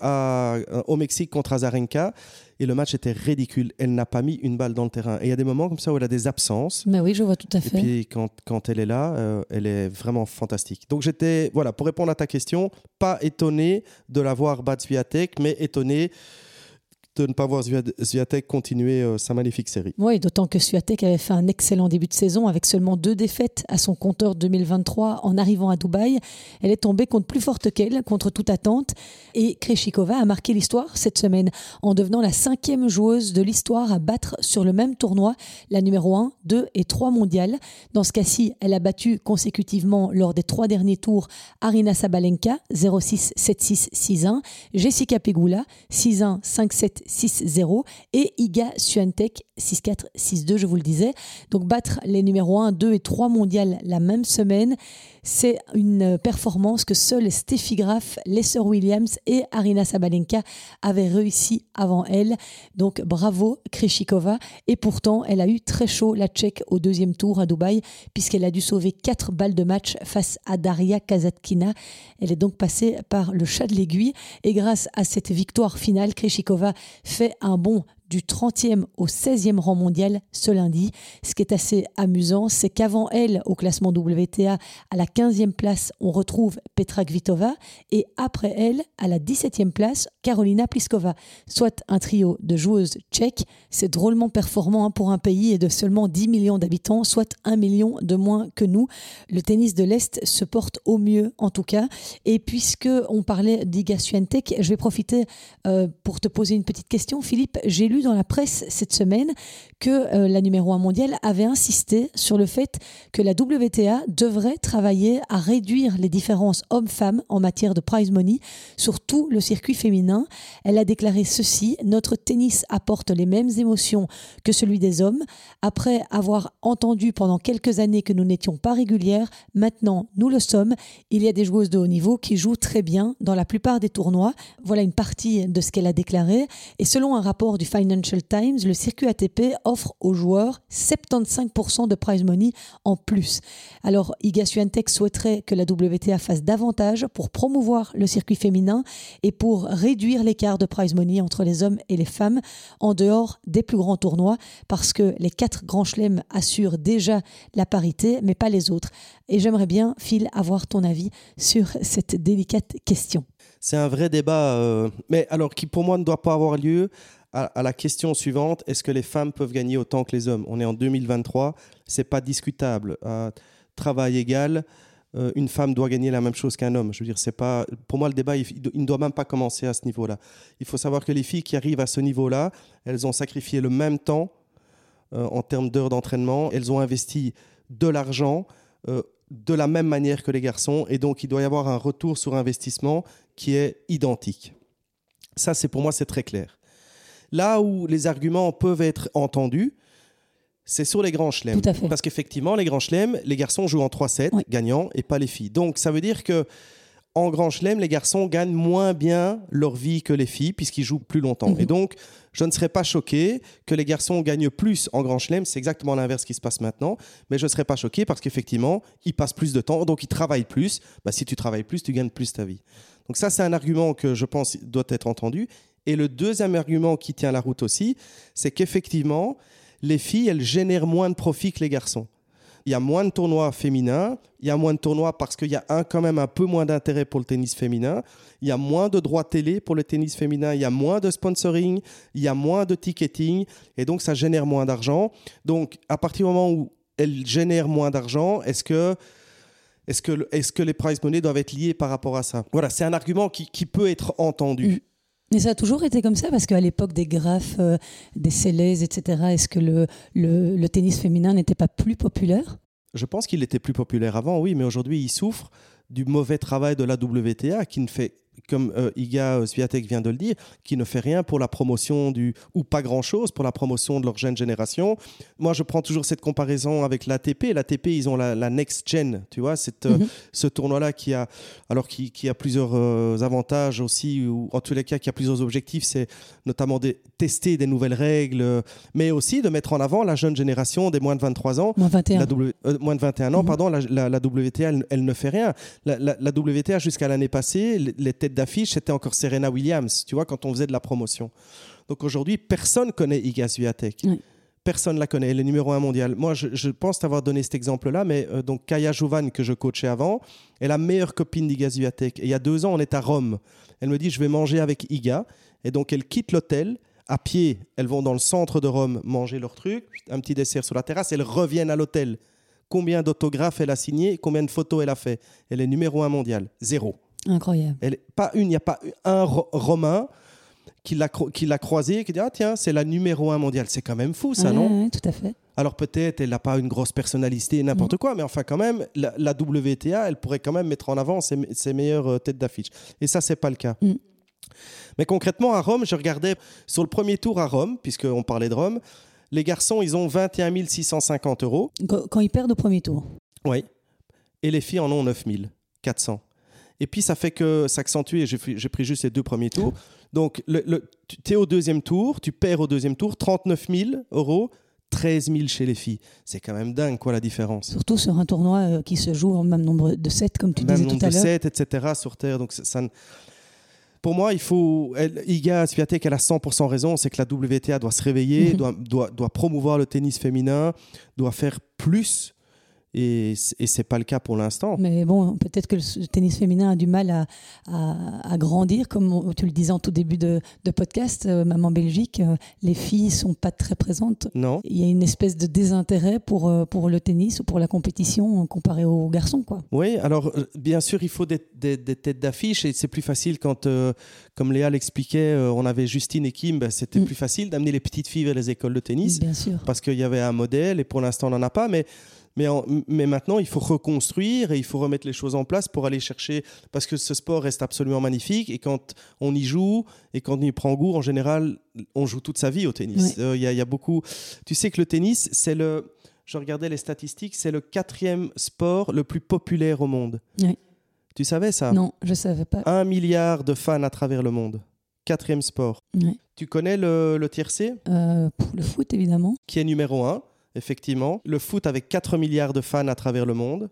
au Mexique contre Azarenka et le match était ridicule. Elle n'a pas mis une balle dans le terrain. Et il y a des moments comme ça où elle a des absences. Mais oui, je vois tout à fait. Et puis quand elle est là, elle est vraiment fantastique. Donc pour répondre à ta question, pas étonné de la voir battre Swiatek, mais étonné de ne pas voir Swiatek continuer sa magnifique série. Oui, d'autant que Swiatek avait fait un excellent début de saison avec seulement 2 défaites à son compteur 2023 en arrivant à Dubaï. Elle est tombée contre plus forte qu'elle, contre toute attente. Et Krejcikova a marqué l'histoire cette semaine en devenant la 5e joueuse de l'histoire à battre sur le même tournoi la numéro 1, 2 et 3 mondiale. Dans ce cas-ci, elle a battu consécutivement lors des 3 derniers tours Aryna Sabalenka 0-6, 7-6, 6-1, Jessica Pegula 6-1, 5-7, 6-0 et Iga Swiatek 6-4, 6-2, je vous le disais. Donc battre les numéros 1, 2 et 3 mondiales la même semaine, c'est une performance que seuls Steffi Graf, Lesser Williams et Aryna Sabalenka avaient réussi avant elle. Donc bravo Krejcikova. Et pourtant, elle a eu très chaud la Tchèque au 2e tour à Dubaï puisqu'elle a dû sauver 4 balles de match face à Daria Kasatkina. Elle est donc passée par le chat de l'aiguille et grâce à cette victoire finale, Krejcikova fait un bond du 30e au 16e rang mondial ce lundi. Ce qui est assez amusant, c'est qu'avant elle, au classement WTA, à la 15e place, on retrouve Petra Kvitova et après elle, à la 17e place, Karolina Pliskova. Soit un trio de joueuses tchèques. C'est drôlement performant pour un pays de seulement 10 millions d'habitants, soit 1 million de moins que nous. Le tennis de l'Est se porte au mieux en tout cas. Et puisque on parlait d'Iga Swiatek, je vais profiter pour te poser une petite question. Philippe, j'ai lu dans la presse cette semaine que la numéro 1 mondiale avait insisté sur le fait que la WTA devrait travailler à réduire les différences hommes-femmes en matière de prize money sur tout le circuit féminin. Elle a déclaré ceci: notre tennis apporte les mêmes émotions que celui des hommes. Après avoir entendu pendant quelques années que nous n'étions pas régulières, maintenant nous le sommes. Il y a des joueuses de haut niveau qui jouent très bien dans la plupart des tournois. Voilà une partie de ce qu'elle a déclaré. Et selon un rapport du Financial Times, le circuit ATP offre aux joueurs 75% de prize money en plus. Alors, Iga Swiatek souhaiterait que la WTA fasse davantage pour promouvoir le circuit féminin et pour réduire l'écart de prize money entre les hommes et les femmes en dehors des plus grands tournois parce que les 4 grands chelems assurent déjà la parité, mais pas les autres. Et j'aimerais bien, Phil, avoir ton avis sur cette délicate question. C'est un vrai débat, mais alors qui pour moi ne doit pas avoir lieu à la question suivante, est-ce que les femmes peuvent gagner autant que les hommes ? On est en 2023, c'est pas discutable. Travail égal, une femme doit gagner la même chose qu'un homme. Je veux dire, c'est pas, pour moi, le débat, il ne doit même pas commencer à ce niveau-là. Il faut savoir que les filles qui arrivent à ce niveau-là, elles ont sacrifié le même temps en termes d'heures d'entraînement, elles ont investi de l'argent de la même manière que les garçons, et donc il doit y avoir un retour sur investissement qui est identique. Ça, pour moi, c'est très clair. Là où les arguments peuvent être entendus, c'est sur les grands chelems. Tout à fait. Parce qu'effectivement, les grands chelems, les garçons jouent en 3-7 oui. gagnants et pas les filles. Donc, ça veut dire que en grand chelem, les garçons gagnent moins bien leur vie que les filles puisqu'ils jouent plus longtemps. Et donc, je ne serais pas choqué que les garçons gagnent plus en grand chelem. C'est exactement l'inverse qui se passe maintenant. Mais je ne serais pas choqué parce qu'effectivement, ils passent plus de temps, donc ils travaillent plus. Si tu travailles plus, tu gagnes plus ta vie. Donc ça, c'est un argument que je pense doit être entendu. Et le deuxième argument qui tient la route aussi, c'est qu'effectivement, les filles, elles génèrent moins de profit que les garçons. Il y a moins de tournois féminins, il y a moins de tournois parce qu'il y a quand même un peu moins d'intérêt pour le tennis féminin, il y a moins de droits télé pour le tennis féminin, il y a moins de sponsoring, il y a moins de ticketing, et donc ça génère moins d'argent. Donc, à partir du moment où elles génèrent moins d'argent, est-ce que les prize money doivent être liés par rapport à ça ? Voilà, c'est un argument qui peut être entendu. Mais ça a toujours été comme ça, parce qu'à l'époque des Graf, des Seles, etc., est-ce que le tennis féminin n'était pas plus populaire ? Je pense qu'il était plus populaire avant, oui, mais aujourd'hui, il souffre du mauvais travail de la WTA qui ne fait comme Iga Swiatek vient de le dire, qui ne fait rien pour la promotion ou pas grand-chose pour la promotion de leur jeune génération. Moi, je prends toujours cette comparaison avec l'ATP. L'ATP, ils ont la Next Gen, tu vois, ce tournoi-là qui a plusieurs avantages aussi, ou en tous les cas, qui a plusieurs objectifs. C'est notamment de tester des nouvelles règles, mais aussi de mettre en avant la jeune génération des moins de 23 ans. Moins 21. Moins de 21 ans, pardon. La WTA, elle ne fait rien. La WTA, jusqu'à l'année passée, les têtes d'affiche, c'était encore Serena Williams, tu vois, quand on faisait de la promotion. Donc aujourd'hui, personne connaît Iga Swiatek. Oui. Personne ne la connaît, elle est numéro 1 mondial. Moi, je pense t'avoir donné cet exemple-là, mais donc Kaja Jouvan, que je coachais avant, est la meilleure copine d'Iga Swiatek. Et il y a 2 ans, on est à Rome. Elle me dit, je vais manger avec Iga. Et donc, elle quitte l'hôtel. À pied, elles vont dans le centre de Rome manger leur truc, un petit dessert sur la terrasse, elles reviennent à l'hôtel. Combien d'autographes elle a signé, combien de photos elle a fait? Elle est numéro 1 mondial, 0. Incroyable. Il n'y a pas un Romain qui l'a croisé, qui dit « Ah tiens, c'est la numéro 1 mondiale ». C'est quand même fou ça, non ? Oui, tout à fait. Alors peut-être elle n'a pas une grosse personnalité, n'importe quoi, mais enfin quand même, la WTA, elle pourrait quand même mettre en avant ses meilleures têtes d'affiche. Et ça, c'est pas le cas. Mais concrètement, à Rome, je regardais sur le premier tour à Rome, puisqu'on parlait de Rome, les garçons, ils ont 21 650 €. Quand ils perdent au premier tour. Oui. Et les filles en ont 9 400. Et puis, ça fait que s'accentuer, et j'ai pris juste les 2 premiers tours. Donc, tu es au deuxième tour, tu perds au deuxième tour, 39 000 €, 13 000 chez les filles. C'est quand même dingue, quoi, la différence. Surtout sur un tournoi qui se joue en même nombre de sets, comme tu disais tout à l'heure. Même nombre de sets, etc., sur Terre. Donc, pour moi, Iga Swiatek, elle a 100% raison. C'est que la WTA doit se réveiller, doit promouvoir le tennis féminin, doit faire plus. Et c'est pas le cas pour l'instant. Mais bon, peut-être que le tennis féminin a du mal à grandir, comme tu le disais en tout début de podcast, même en Belgique, les filles sont pas très présentes. Non. Il y a une espèce de désintérêt pour le tennis ou pour la compétition comparé aux garçons, quoi. Oui, alors bien sûr, il faut des têtes d'affiche et c'est plus facile quand, comme Léa l'expliquait, on avait Justine et Kim, c'était plus facile d'amener les petites filles vers les écoles de tennis. Bien sûr. Parce qu'il y avait un modèle et pour l'instant, on n'en a pas, mais maintenant, il faut reconstruire et il faut remettre les choses en place pour aller chercher... Parce que ce sport reste absolument magnifique et quand on y joue et quand on y prend goût, en général, on joue toute sa vie au tennis. Il y a beaucoup... Tu sais que le tennis, je regardais les statistiques, c'est le 4e sport le plus populaire au monde. Oui. Tu savais ça ? Non, je ne savais pas. 1 milliard de fans à travers le monde. 4e sport. Oui. Tu connais le tiercé ? Le foot, évidemment. Qui est numéro 1. Effectivement, le foot avec 4 milliards de fans à travers le monde.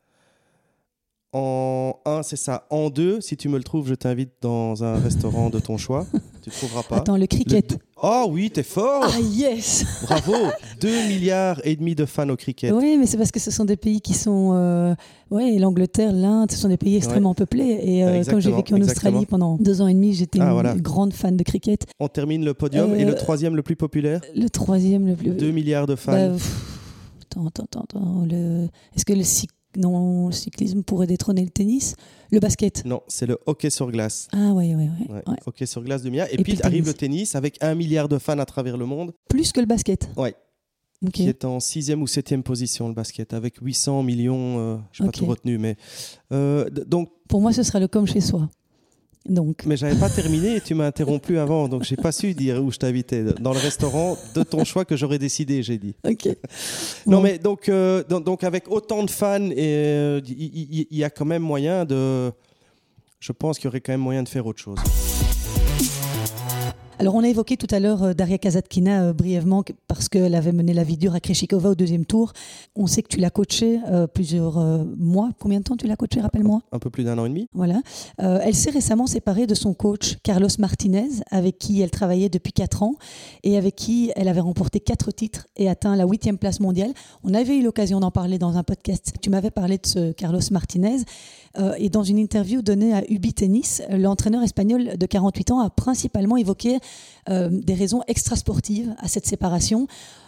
En 1, c'est ça. En 2, si tu me le trouves, je t'invite dans un restaurant de ton choix. Tu ne trouveras pas. Attends, le cricket. Oh oui, t'es fort. Ah yes. Bravo. 2,5 milliards de fans au cricket. Oui, mais c'est parce que ce sont des pays qui sont... l'Angleterre, l'Inde, ce sont des pays extrêmement peuplés. Et quand j'ai vécu en Australie pendant 2 ans et demi, j'étais une grande fan de cricket. On termine le podium. Et le 3e le plus populaire ? Le 3e le plus... 2 milliards de fans. Attends. Est-ce que le cyclisme pourrait détrôner le tennis ? Le basket ? Non, c'est le hockey sur glace. Ah ouais. Hockey sur glace, 2 milliards. Et puis arrive le tennis avec 1 milliard de fans à travers le monde. Plus que le basket ? Oui. Okay. Qui est en 6e ou 7e position, le basket, avec 800 millions, je n'ai pas tout retenu. Mais, donc, pour moi, ce sera le comme chez soi. Donc. Mais je n'avais pas terminé et tu m'as interrompu avant, donc je n'ai pas su dire où je t'invitais. Dans le restaurant de ton choix que j'aurais décidé, j'ai dit. Ok. Non, mais donc avec autant de fans, il y a quand même moyen de... Je pense qu'il y aurait quand même moyen de faire autre chose. Alors, on a évoqué tout à l'heure Daria Kasatkina brièvement parce qu'elle avait mené la vie dure à Krejcikova au 2e tour. On sait que tu l'as coachée plusieurs mois. Combien de temps tu l'as coachée, rappelle-moi ? Un peu plus d'1 an et demi. Voilà. Elle s'est récemment séparée de son coach Carlos Martinez, avec qui elle travaillait depuis 4 ans et avec qui elle avait remporté 4 titres et atteint la 8e place mondiale. On avait eu l'occasion d'en parler dans un podcast. Tu m'avais parlé de ce Carlos Martinez. Et dans une interview donnée à Ubi Tennis, l'entraîneur espagnol de 48 ans a principalement évoqué des raisons extrasportives à cette séparation.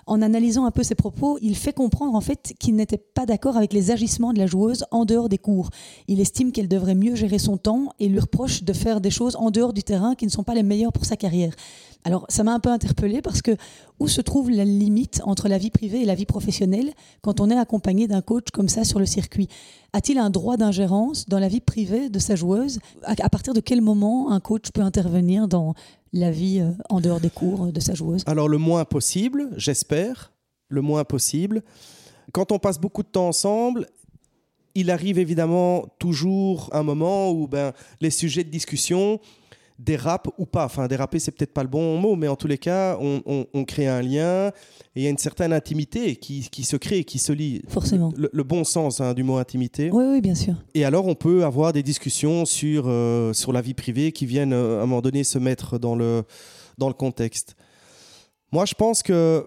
En analysant un peu ses propos, il fait comprendre en fait qu'il n'était pas d'accord avec les agissements de la joueuse en dehors des cours. Il estime qu'elle devrait mieux gérer son temps et lui reproche de faire des choses en dehors du terrain qui ne sont pas les meilleures pour sa carrière. Alors, ça m'a un peu interpellée parce que où se trouve la limite entre la vie privée et la vie professionnelle quand on est accompagné d'un coach comme ça sur le circuit ? A-t-il un droit d'ingérence dans la vie privée de sa joueuse ? À partir de quel moment un coach peut intervenir dans la vie en dehors des cours de sa joueuse ? Alors, le moins possible, j'espère, le moins possible. Quand on passe beaucoup de temps ensemble, il arrive évidemment toujours un moment où les sujets de discussion dérapent ou pas. Enfin, déraper, c'est peut-être pas le bon mot, mais en tous les cas, on crée un lien et il y a une certaine intimité qui se crée, qui se lie. Forcément. Le bon sens du mot intimité. Oui, bien sûr. Et alors, on peut avoir des discussions sur la vie privée qui viennent, à un moment donné, se mettre dans le contexte. Moi, je pense que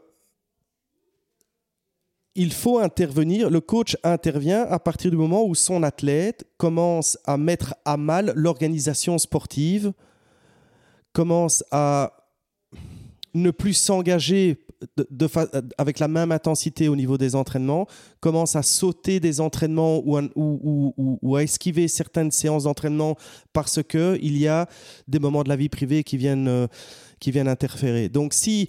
il faut intervenir, le coach intervient à partir du moment où son athlète commence à mettre à mal l'organisation sportive, commence à ne plus s'engager avec la même intensité au niveau des entraînements, commence à sauter des entraînements ou à esquiver certaines séances d'entraînement parce qu'il y a des moments de la vie privée qui viennent interférer. Donc si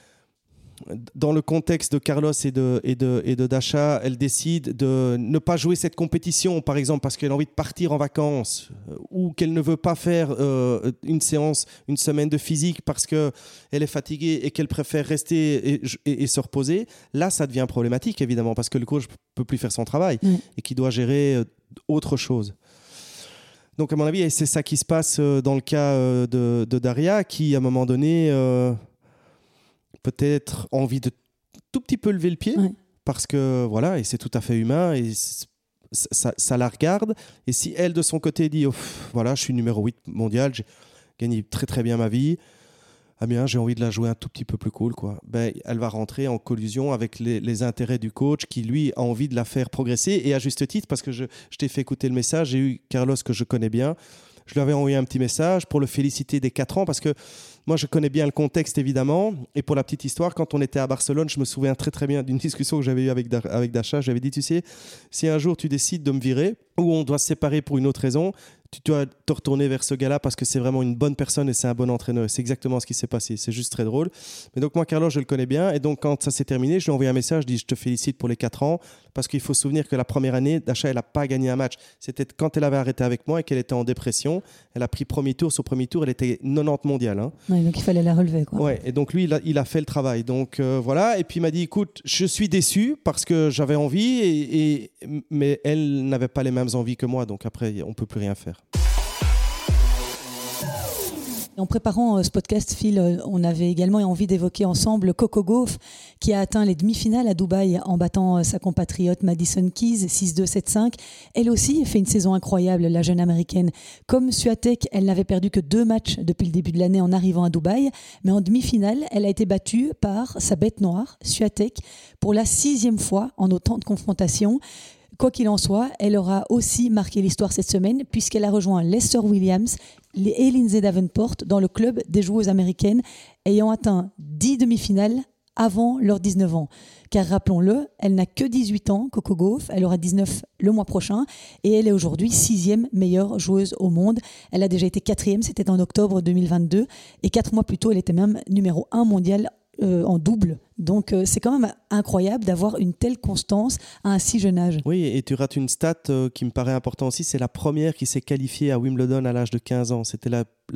dans le contexte de Carlos et de Dasha, elle décide de ne pas jouer cette compétition, par exemple parce qu'elle a envie de partir en vacances ou qu'elle ne veut pas faire une semaine de physique parce qu'elle est fatiguée et qu'elle préfère rester et se reposer, là, ça devient problématique, évidemment, parce que le coach ne peut plus faire son travail et qu'il doit gérer autre chose. Donc, à mon avis, c'est ça qui se passe dans le cas de Daria, qui, à un moment donné... peut-être envie de tout petit peu lever le pied parce que voilà, et c'est tout à fait humain et ça la regarde. Et si elle de son côté dit voilà, je suis numéro 8 mondial, j'ai gagné très très bien ma vie, ah bien j'ai envie de la jouer un tout petit peu plus cool quoi. Elle va rentrer en collusion avec les intérêts du coach qui lui a envie de la faire progresser, et à juste titre, parce que je t'ai fait écouter le message. J'ai eu Carlos que je connais bien, je lui avais envoyé un petit message pour le féliciter des 4 ans parce que moi, je connais bien le contexte, évidemment. Et pour la petite histoire, quand on était à Barcelone, je me souviens très, très bien d'une discussion que j'avais eue avec Dasha. J'avais dit, tu sais, si un jour tu décides de me virer ou on doit se séparer pour une autre raison, tu dois te retourner vers ce gars-là parce que c'est vraiment une bonne personne et c'est un bon entraîneur. C'est exactement ce qui s'est passé. C'est juste très drôle. Mais donc, moi, Carlos, je le connais bien. Et donc, quand ça s'est terminé, je lui ai envoyé un message. Je dis, je te félicite pour les 4 ans parce qu'il faut se souvenir que la première année, Dasha, elle n'a pas gagné un match. C'était quand elle avait arrêté avec moi et qu'elle était en dépression. Elle a pris premier tour. Sur premier tour, elle était 90 mondiale. Hein. Ouais, donc, il fallait la relever. Quoi. Ouais, et donc, lui, il a fait le travail. Donc, voilà. Et puis, il m'a dit, écoute, je suis déçu parce que j'avais envie, mais elle n'avait pas les mêmes envies que moi. Donc, après, on ne peut plus rien faire. En préparant ce podcast, Phil, on avait également envie d'évoquer ensemble Coco Gauff, qui a atteint les demi-finales à Dubaï en battant sa compatriote Madison Keys 6-2, 7-5. Elle aussi fait une saison incroyable, la jeune américaine. Comme Swiatek, elle n'avait perdu que 2 matchs depuis le début de l'année en arrivant à Dubaï, mais en demi-finale, elle a été battue par sa bête noire, Swiatek, pour la 6e fois en autant de confrontations. Quoi qu'il en soit, elle aura aussi marqué l'histoire cette semaine puisqu'elle a rejoint Lester Williams et Lindsay Davenport dans le club des joueuses américaines ayant atteint 10 demi-finales avant leurs 19 ans. Car rappelons-le, elle n'a que 18 ans, Coco Gauff, elle aura 19 le mois prochain et elle est aujourd'hui 6e meilleure joueuse au monde. Elle a déjà été 4e, c'était en octobre 2022 et 4 mois plus tôt, elle était même numéro 1 mondial en double. Donc c'est quand même incroyable d'avoir une telle constance à un si jeune âge. Oui, et tu rates une stat qui me paraît importante aussi, c'est la première qui s'est qualifiée à Wimbledon à l'âge de 15 ans. C'était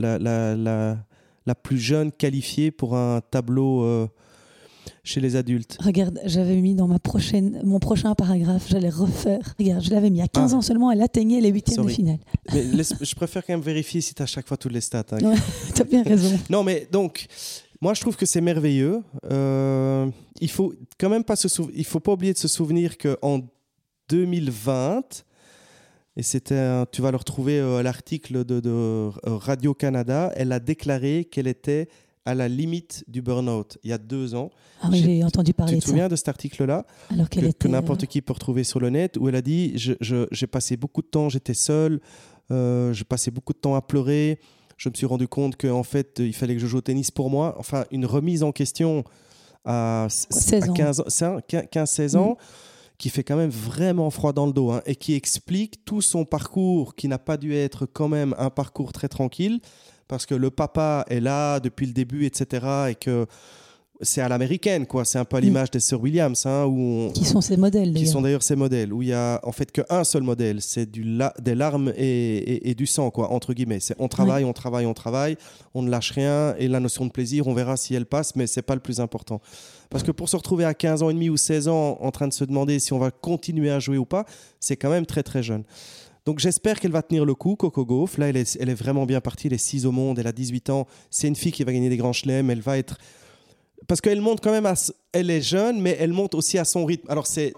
la plus jeune qualifiée pour un tableau chez les adultes. Regarde, j'avais mis dans mon prochain paragraphe, j'allais refaire. Regarde, je l'avais mis à 15 ans seulement, elle atteignait les 8e de finale. Mais je préfère quand même vérifier si tu as à chaque fois toutes les stats. Hein. Ouais, tu as bien raison. Non, mais donc... Moi, je trouve que c'est merveilleux. Il faut quand même pas il faut pas oublier de se souvenir qu'en 2020, et tu vas le retrouver à l'article de Radio-Canada, elle a déclaré qu'elle était à la limite du burn-out il y a 2 ans. Ah oui, j'ai entendu parler de ça. Tu te souviens de cet article-là que n'importe qui peut retrouver sur le net, où elle a dit j'ai passé beaucoup de temps, j'étais seule, j'ai passé beaucoup de temps à pleurer. Je me suis rendu compte qu'en fait, il fallait que je joue au tennis pour moi. Enfin, une remise en question à 15-16 ans, qui fait quand même vraiment froid dans le dos, hein, et qui explique tout son parcours qui n'a pas dû être quand même un parcours très tranquille, parce que le papa est là depuis le début, etc., et que c'est à l'américaine, quoi. C'est un peu à l'image des sœurs Williams, hein, qui sont ses modèles. Qui sont d'ailleurs ses modèles, où il y a en fait qu'un seul modèle, c'est des larmes et du sang, quoi, entre guillemets. On travaille, on travaille, on travaille, on ne lâche rien, et la notion de plaisir, on verra si elle passe, mais c'est pas le plus important. Parce que pour se retrouver à 15 ans et demi ou 16 ans en train de se demander si on va continuer à jouer ou pas, c'est quand même très très jeune. Donc j'espère qu'elle va tenir le coup, Coco Gauff. Là, elle est vraiment bien partie, elle est 6 au monde, elle a 18 ans, c'est une fille qui va gagner des grands chelems, elle va être... Parce qu'elle monte quand même, elle est jeune, mais elle monte aussi à son rythme. Alors c'est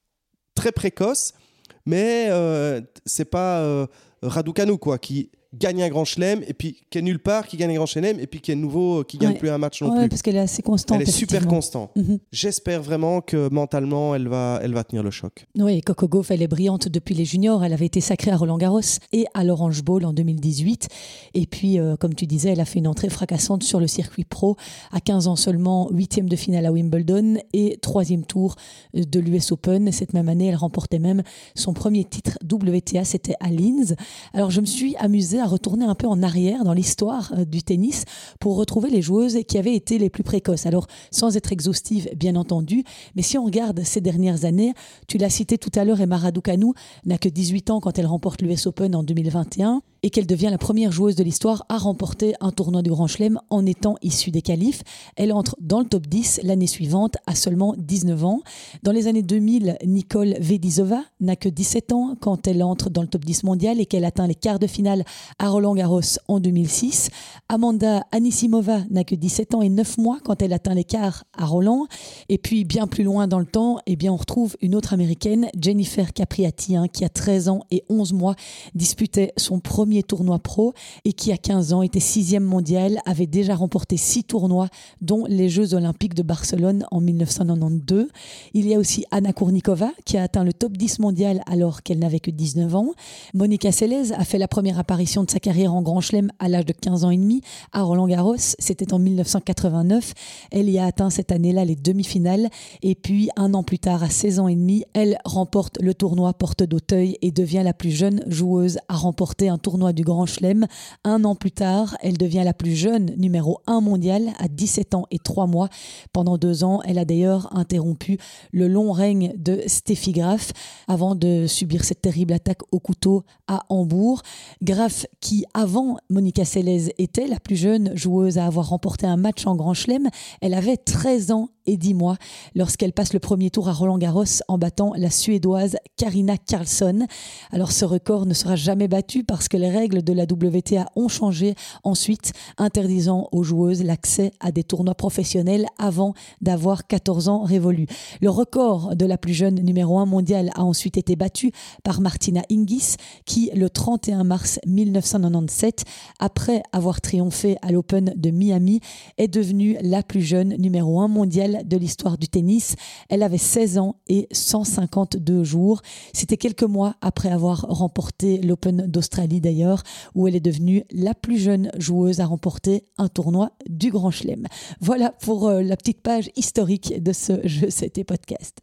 très précoce, mais c'est pas Raducanu, quoi, qui gagne un grand chelem et puis qui est nulle part, qui gagne un grand chelem et puis qui est nouveau, qui gagne plus un match non plus. Parce qu'elle est assez constante. Elle est super constante. J'espère vraiment que mentalement elle va tenir le choc. Oui, Coco Gauff, elle est brillante depuis les juniors. Elle avait été sacrée à Roland-Garros et à l'Orange Bowl en 2018. Et puis, comme tu disais, elle a fait une entrée fracassante sur le circuit pro à 15 ans seulement, 8e de finale à Wimbledon et 3e tour de l'US Open. Cette même année, elle remportait même son premier titre WTA, c'était à Linz. Alors, je me suis amusée à retourner un peu en arrière dans l'histoire du tennis pour retrouver les joueuses qui avaient été les plus précoces. Alors, sans être exhaustive, bien entendu, mais si on regarde ces dernières années, tu l'as cité tout à l'heure, Emma Raducanu n'a que 18 ans quand elle remporte l'US Open en 2021 et qu'elle devient la première joueuse de l'histoire à remporter un tournoi du Grand Chelem en étant issue des qualifs. Elle entre dans le top 10 l'année suivante à seulement 19 ans. Dans les années 2000, Nicole Vedizova n'a que 17 ans quand elle entre dans le top 10 mondial et qu'elle atteint les quarts de finale à Roland-Garros en 2006. Amanda Anisimova n'a que 17 ans et 9 mois quand elle atteint les quarts à Roland. Et puis, bien plus loin dans le temps, eh bien, on retrouve une autre américaine, Jennifer Capriati, qui a 13 ans et 11 mois, disputait son premier tournoi pro et qui, à 15 ans, était 6e mondiale, avait déjà remporté 6 tournois, dont les Jeux Olympiques de Barcelone en 1992. Il y a aussi Anna Kournikova, qui a atteint le top 10 mondial alors qu'elle n'avait que 19 ans. Monica Seles a fait la première apparition de sa carrière en Grand Chelem à l'âge de 15 ans et demi à Roland-Garros. C'était en 1989. Elle y a atteint cette année-là les demi-finales. Et puis, un an plus tard, à 16 ans et demi, elle remporte le tournoi Porte d'Auteuil et devient la plus jeune joueuse à remporter un tournoi du Grand Chelem. Un an plus tard, elle devient la plus jeune numéro 1 mondiale à 17 ans et 3 mois. Pendant 2 ans, elle a d'ailleurs interrompu le long règne de Steffi Graf avant de subir cette terrible attaque au couteau à Hambourg. Graf qui, avant Monica Seles, était la plus jeune joueuse à avoir remporté un match en Grand Chelem. Elle avait 13 ans et 10 mois lorsqu'elle passe le premier tour à Roland-Garros en battant la Suédoise Carina Karlsson. Alors ce record ne sera jamais battu parce que les règles de la WTA ont changé ensuite, interdisant aux joueuses l'accès à des tournois professionnels avant d'avoir 14 ans révolus. Le record de la plus jeune numéro 1 mondiale a ensuite été battu par Martina Hingis qui, le 31 mars 1997, après avoir triomphé à l'Open de Miami, est devenue la plus jeune numéro 1 mondiale de l'histoire du tennis. Elle avait 16 ans et 152 jours. C'était quelques mois après avoir remporté l'Open d'Australie d'ailleurs, où elle est devenue la plus jeune joueuse à remporter un tournoi du Grand Chelem. Voilà pour la petite page historique de ce Je C'était podcast.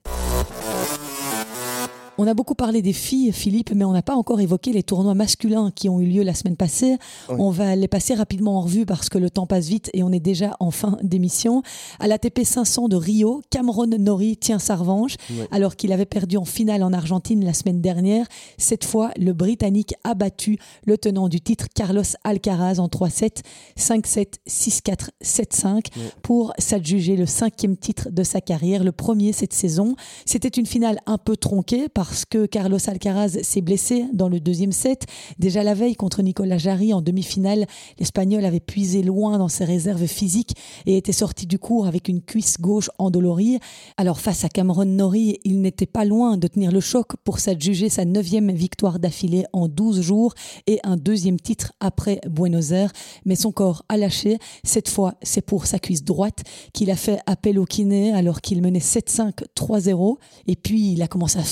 On a beaucoup parlé des filles, Philippe, mais on n'a pas encore évoqué les tournois masculins qui ont eu lieu la semaine passée. Oui. On va les passer rapidement en revue parce que le temps passe vite et on est déjà en fin d'émission. À l'ATP 500 de Rio, Cameron Norrie tient sa revanche. Oui. Alors qu'il avait perdu en finale en Argentine la semaine dernière. Cette fois, le Britannique a battu le tenant du titre, Carlos Alcaraz, en 3-7, 5-7, 6-4, 7-5 oui. pour s'adjuger le 5e titre de sa carrière, le premier cette saison. C'était une finale un peu tronquée parce que Carlos Alcaraz s'est blessé dans le 2e set. Déjà la veille contre Nicolas Jarry en demi-finale, l'Espagnol avait puisé loin dans ses réserves physiques et était sorti du court avec une cuisse gauche endolorie. Alors face à Cameron Norrie, il n'était pas loin de tenir le choc pour s'adjuger sa 9e victoire d'affilée en 12 jours et un 2e titre après Buenos Aires. Mais son corps a lâché. Cette fois, c'est pour sa cuisse droite qu'il a fait appel au kiné alors qu'il menait 7-5, 3-0. Et puis, il a commencé à se frustrer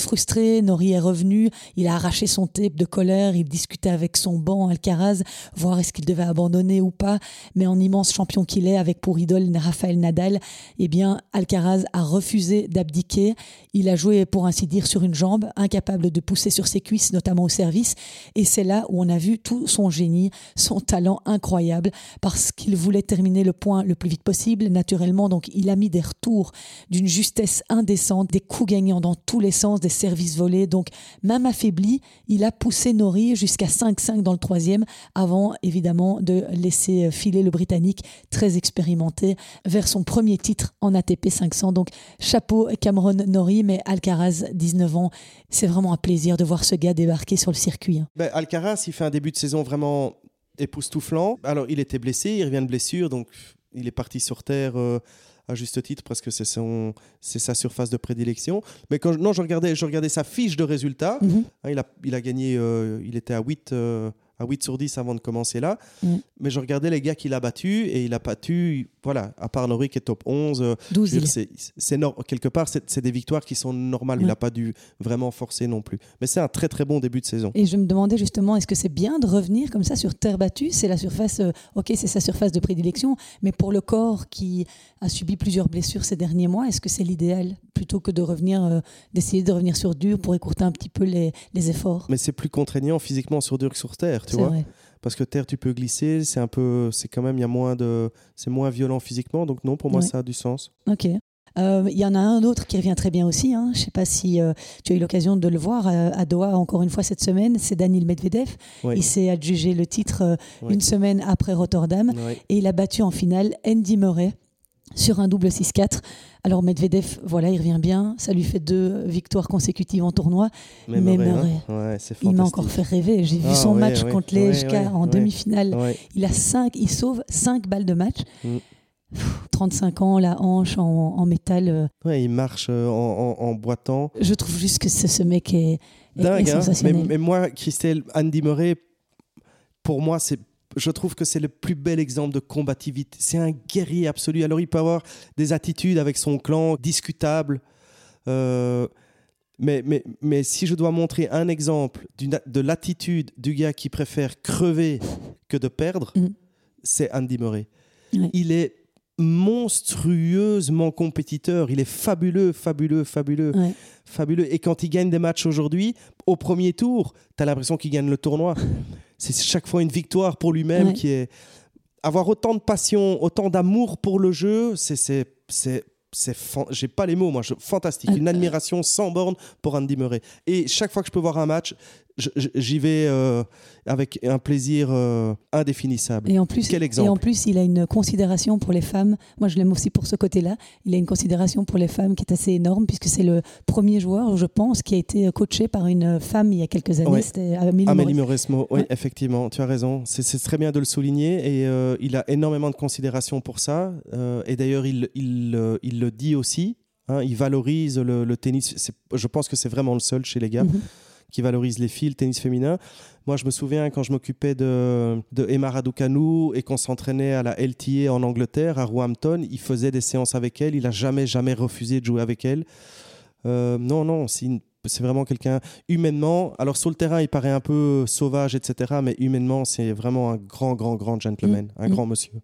rentré, Norrie est revenu, il a arraché son tape de colère, il discutait avec son banc Alcaraz, voir est-ce qu'il devait abandonner ou pas, mais en immense champion qu'il est, avec pour idole Rafael Nadal, eh bien Alcaraz a refusé d'abdiquer, il a joué pour ainsi dire sur une jambe, incapable de pousser sur ses cuisses, notamment au service, et c'est là où on a vu tout son génie, son talent incroyable, parce qu'il voulait terminer le point le plus vite possible, naturellement, donc il a mis des retours d'une justesse indécente, des coups gagnants dans tous les sens, des services volés, donc même affaibli, il a poussé Norrie jusqu'à 5-5 dans le troisième, avant évidemment de laisser filer le Britannique, très expérimenté, vers son premier titre en ATP 500, donc chapeau Cameron Norrie, mais Alcaraz, 19 ans, c'est vraiment un plaisir de voir ce gars débarquer sur le circuit. Alcaraz, il fait un début de saison vraiment époustouflant. Alors, il était blessé, il revient de blessure, donc il est parti sur terre à juste titre parce que c'est sa surface de prédilection. Mais quand je regardais sa fiche de résultats, il a gagné, il était à 8 sur 10 avant de commencer là. Mais je regardais les gars qu'il a battus et il a battu, voilà, à part Norrie qui est top 11. 12 quelque part, c'est des victoires qui sont normales. Il n'a pas dû vraiment forcer non plus. Mais c'est un très très bon début de saison. Et je me demandais justement, est-ce que c'est bien de revenir comme ça sur terre battue ? C'est la surface, c'est sa surface de prédilection, mais pour le corps qui a subi plusieurs blessures ces derniers mois, est-ce que c'est l'idéal plutôt que de revenir, d'essayer de revenir sur dur pour écourter un petit peu les efforts ? Mais c'est plus contraignant physiquement sur dur que sur terre, tu vois. Vrai. Parce que terre, tu peux glisser, c'est quand même, c'est moins violent physiquement, donc non, pour moi, ça a du sens. Ok. Il y en a un autre qui revient très bien aussi. Je ne sais pas si tu as eu l'occasion de le voir à Doha encore une fois cette semaine. C'est Daniil Medvedev. Oui. Il s'est adjugé le titre une semaine après Rotterdam et il a battu en finale Andy Murray sur un double 6-4. Alors Medvedev, voilà, il revient bien. Ça lui fait 2 victoires consécutives en tournoi. Mais Murray, il m'a encore fait rêver. J'ai vu son match contre Lejka en demi-finale. Il sauve 5 balles de match. 35 ans, la hanche en métal. Il marche en boitant. Je trouve juste que ce mec est dingue, sensationnel. Mais moi, Christelle, Andy Murray, pour moi, je trouve que c'est le plus bel exemple de combativité. C'est un guerrier absolu. Alors, il peut avoir des attitudes avec son clan discutables. Mais si je dois montrer un exemple de l'attitude du gars qui préfère crever que de perdre, c'est Andy Murray. Ouais. Il est monstrueusement compétiteur. Il est fabuleux. Ouais. Fabuleux. Et quand il gagne des matchs aujourd'hui, au premier tour, tu as l'impression qu'il gagne le tournoi. C'est chaque fois une victoire pour lui-même qui est... Avoir autant de passion, autant d'amour pour le jeu, j'ai pas les mots, moi. Fantastique. Une admiration sans borne pour Andy Murray. Et chaque fois que je peux voir un match, j'y vais avec un plaisir indéfinissable. Quel exemple. Et en plus, il a une considération pour les femmes. Moi, je l'aime aussi pour ce côté-là. Il a une considération pour les femmes qui est assez énorme, puisque c'est le premier joueur, je pense, qui a été coaché par une femme il y a quelques années. C'était Amélie Mauresmo. Oui, effectivement, tu as raison. C'est très bien de le souligner. Et il a énormément de considération pour ça. Et d'ailleurs, il le dit aussi. Il valorise le tennis. Je pense que c'est vraiment le seul chez les gars. Qui valorise les filles, le tennis féminin. Moi, je me souviens quand je m'occupais de Emma Raducanu et qu'on s'entraînait à la LTA en Angleterre, à Roehampton, il faisait des séances avec elle. Il n'a jamais refusé de jouer avec elle. Non, c'est vraiment quelqu'un humainement. Alors, sur le terrain, il paraît un peu sauvage, etc. Mais humainement, c'est vraiment un grand gentleman, un grand monsieur.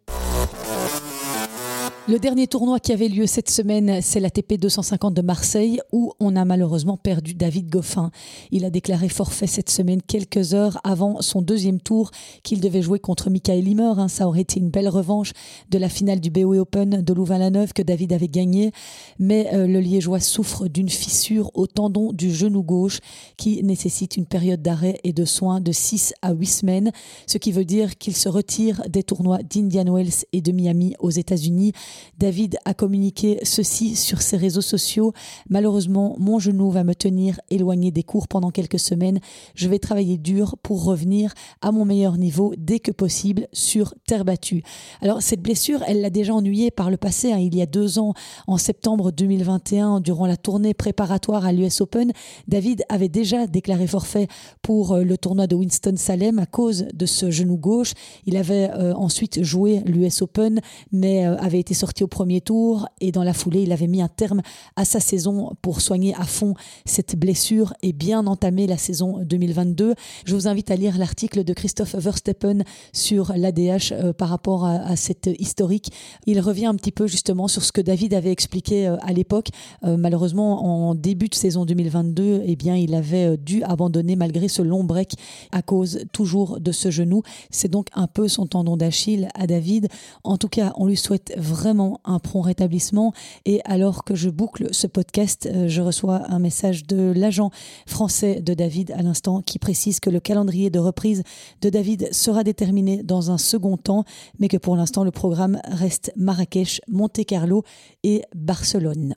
Le dernier tournoi qui avait lieu cette semaine, c'est l'ATP 250 de Marseille, où on a malheureusement perdu David Goffin. Il a déclaré forfait cette semaine, quelques heures avant son deuxième tour qu'il devait jouer contre Michael Ymer. Ça aurait été une belle revanche de la finale du BOE Open de Louvain-la-Neuve que David avait gagné. Mais le Liégeois souffre d'une fissure au tendon du genou gauche qui nécessite une période d'arrêt et de soins de 6 à 8 semaines, ce qui veut dire qu'il se retire des tournois d'Indian Wells et de Miami aux États-Unis. David a communiqué ceci sur ses réseaux sociaux. Malheureusement, mon genou va me tenir éloigné des cours pendant quelques semaines. Je vais travailler dur pour revenir à mon meilleur niveau dès que possible sur terre battue. Alors, cette blessure, elle l'a déjà ennuyé par le passé. Il y a 2 ans, en septembre 2021, durant la tournée préparatoire à l'US Open, David avait déjà déclaré forfait pour le tournoi de Winston-Salem à cause de ce genou gauche. Il avait ensuite joué l'US Open, mais avait été sorti sorti au premier tour et dans la foulée, il avait mis un terme à sa saison pour soigner à fond cette blessure et bien entamer la saison 2022. Je vous invite à lire l'article de Christophe Verstappen sur l'ADH par rapport à cette historique. Il revient un petit peu justement sur ce que David avait expliqué à l'époque. Malheureusement, en début de saison 2022, eh bien, il avait dû abandonner malgré ce long break à cause toujours de ce genou. C'est donc un peu son tendon d'Achille à David. En tout cas, on lui souhaite vraiment un prompt rétablissement. Et alors que je boucle ce podcast, je reçois un message de l'agent français de David à l'instant qui précise que le calendrier de reprise de David sera déterminé dans un second temps, mais que pour l'instant, le programme reste Marrakech, Monte-Carlo et Barcelone.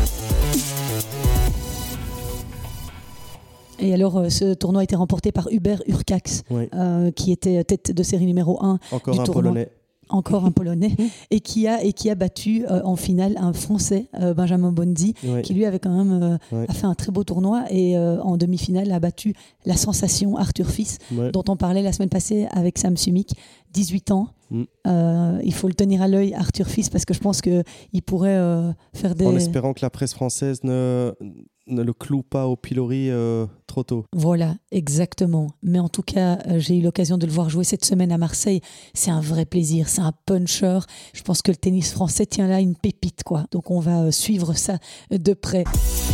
Et alors, ce tournoi a été remporté par Hubert Urcax, Oui. qui était tête de série numéro 1 Encore du un tournoi. Polonais. Encore un Polonais, et qui a battu en finale un Français, Benjamin Bonzi, Oui. qui lui avait quand même Ouais. a fait un très beau tournoi et en demi-finale a battu la sensation Arthur Fils, Ouais. dont on parlait la semaine passée avec Sam Sumik, 18 ans. Mm. Il faut le tenir à l'œil, Arthur Fils, parce que je pense qu'il pourrait faire des... En espérant que la presse française ne le cloue pas au pilori trop tôt. Voilà, exactement. Mais en tout cas, j'ai eu l'occasion de le voir jouer cette semaine à Marseille. C'est un vrai plaisir, c'est un puncher. Je pense que le tennis français tient là une pépite, quoi. Donc on va suivre ça de près.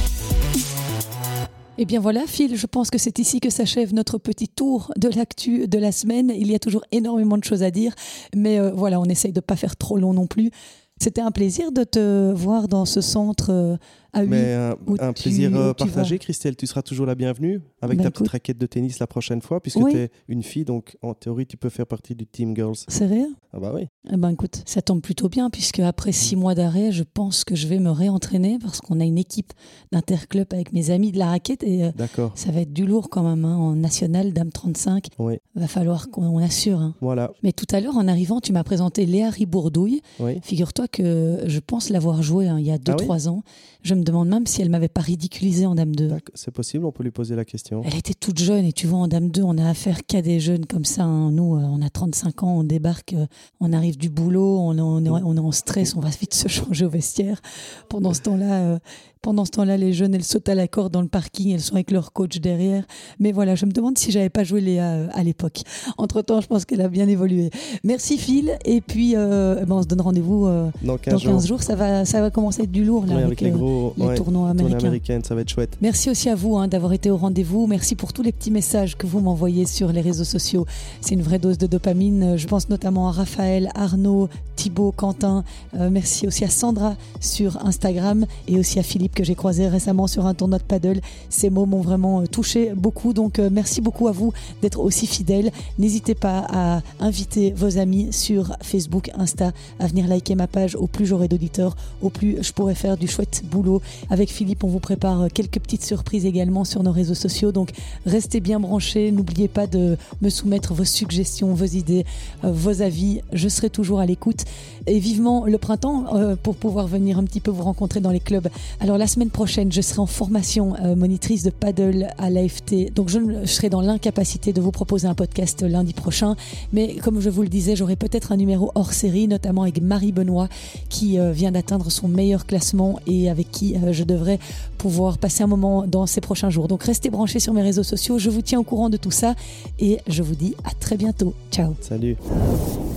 Et bien voilà, Phil, je pense que c'est ici que s'achève notre petit tour de l'actu de la semaine. Il y a toujours énormément de choses à dire, mais voilà, on essaye de ne pas faire trop long non plus. C'était un plaisir de te voir dans ce centre à 8. Mais un plaisir où tu partagé, vas. Christelle. Tu seras toujours la bienvenue avec Ben ta petite écoute. raquette de tennis la prochaine fois, puisque Oui. tu es une fille, donc en théorie, tu peux faire partie du Team Girls. Sérieux ? Ah bah oui. Eh ben écoute, ça tombe plutôt bien puisque après 6 mois d'arrêt, je pense que je vais me réentraîner parce qu'on a une équipe d'interclub avec mes amis de la raquette et D'accord. ça va être du lourd quand même, hein, en national Dame 35. Oui. Va falloir qu'on assure. Hein. Voilà. Mais tout à l'heure, en arrivant, tu m'as présenté Léa Ribourdouille. Oui. Figure-toi que je pense l'avoir jouée il y a 2-3 ans. Je me demande même si elle m'avait pas ridiculisé en Dame 2. D'accord. C'est possible, on peut lui poser la question. Elle était toute jeune et tu vois, en Dame 2, on a affaire qu'à des jeunes comme ça. Hein. Nous, on a 35 ans, on débarque, on arrive du boulot, on est en stress, on va vite se changer au vestiaire. Pendant ce temps-là, les jeunes, elles sautent à la corde dans le parking, elles sont avec leur coach derrière. Mais voilà, je me demande si j'avais pas joué Léa à l'époque. Entre-temps, je pense qu'elle a bien évolué. Merci Phil, et puis on se donne rendez-vous Dans dans 15 15 jours. Ça va commencer à être du lourd là, Oui, avec les gros les tournois américains. américaines, ça va être chouette. Merci aussi à vous d'avoir été au rendez-vous. Merci pour tous les petits messages que vous m'envoyez sur les réseaux sociaux. C'est une vraie dose de dopamine. Je pense notamment à Raphaël, Arnaud, Thibaut, Quentin. Merci aussi à Sandra sur Instagram et aussi à Philippe que j'ai croisé récemment sur un tournoi de paddle. Ces mots m'ont vraiment touché beaucoup. Donc merci beaucoup à vous d'être aussi fidèles. N'hésitez pas à inviter vos amis sur Facebook, Insta, à venir liker ma page. Au plus j'aurai d'auditeurs, au plus je pourrai faire du chouette boulot. Avec Philippe, on vous prépare quelques petites surprises également sur nos réseaux sociaux. Donc restez bien branchés. N'oubliez pas de me soumettre vos suggestions, vos idées, vos avis. Je serai toujours à l'écoute. Et vivement le printemps pour pouvoir venir un petit peu vous rencontrer dans les clubs. Alors la semaine prochaine, je serai en formation monitrice de paddle à l'AFT. Donc je serai dans l'incapacité de vous proposer un podcast lundi prochain. Mais comme je vous le disais, j'aurai peut-être un numéro hors série, notamment avec Marie Benoît qui vient d'atteindre son meilleur classement et avec qui je devrais pouvoir passer un moment dans ces prochains jours. Donc restez branchés sur mes réseaux sociaux. Je vous tiens au courant de tout ça et je vous dis à très bientôt. Ciao. Salut.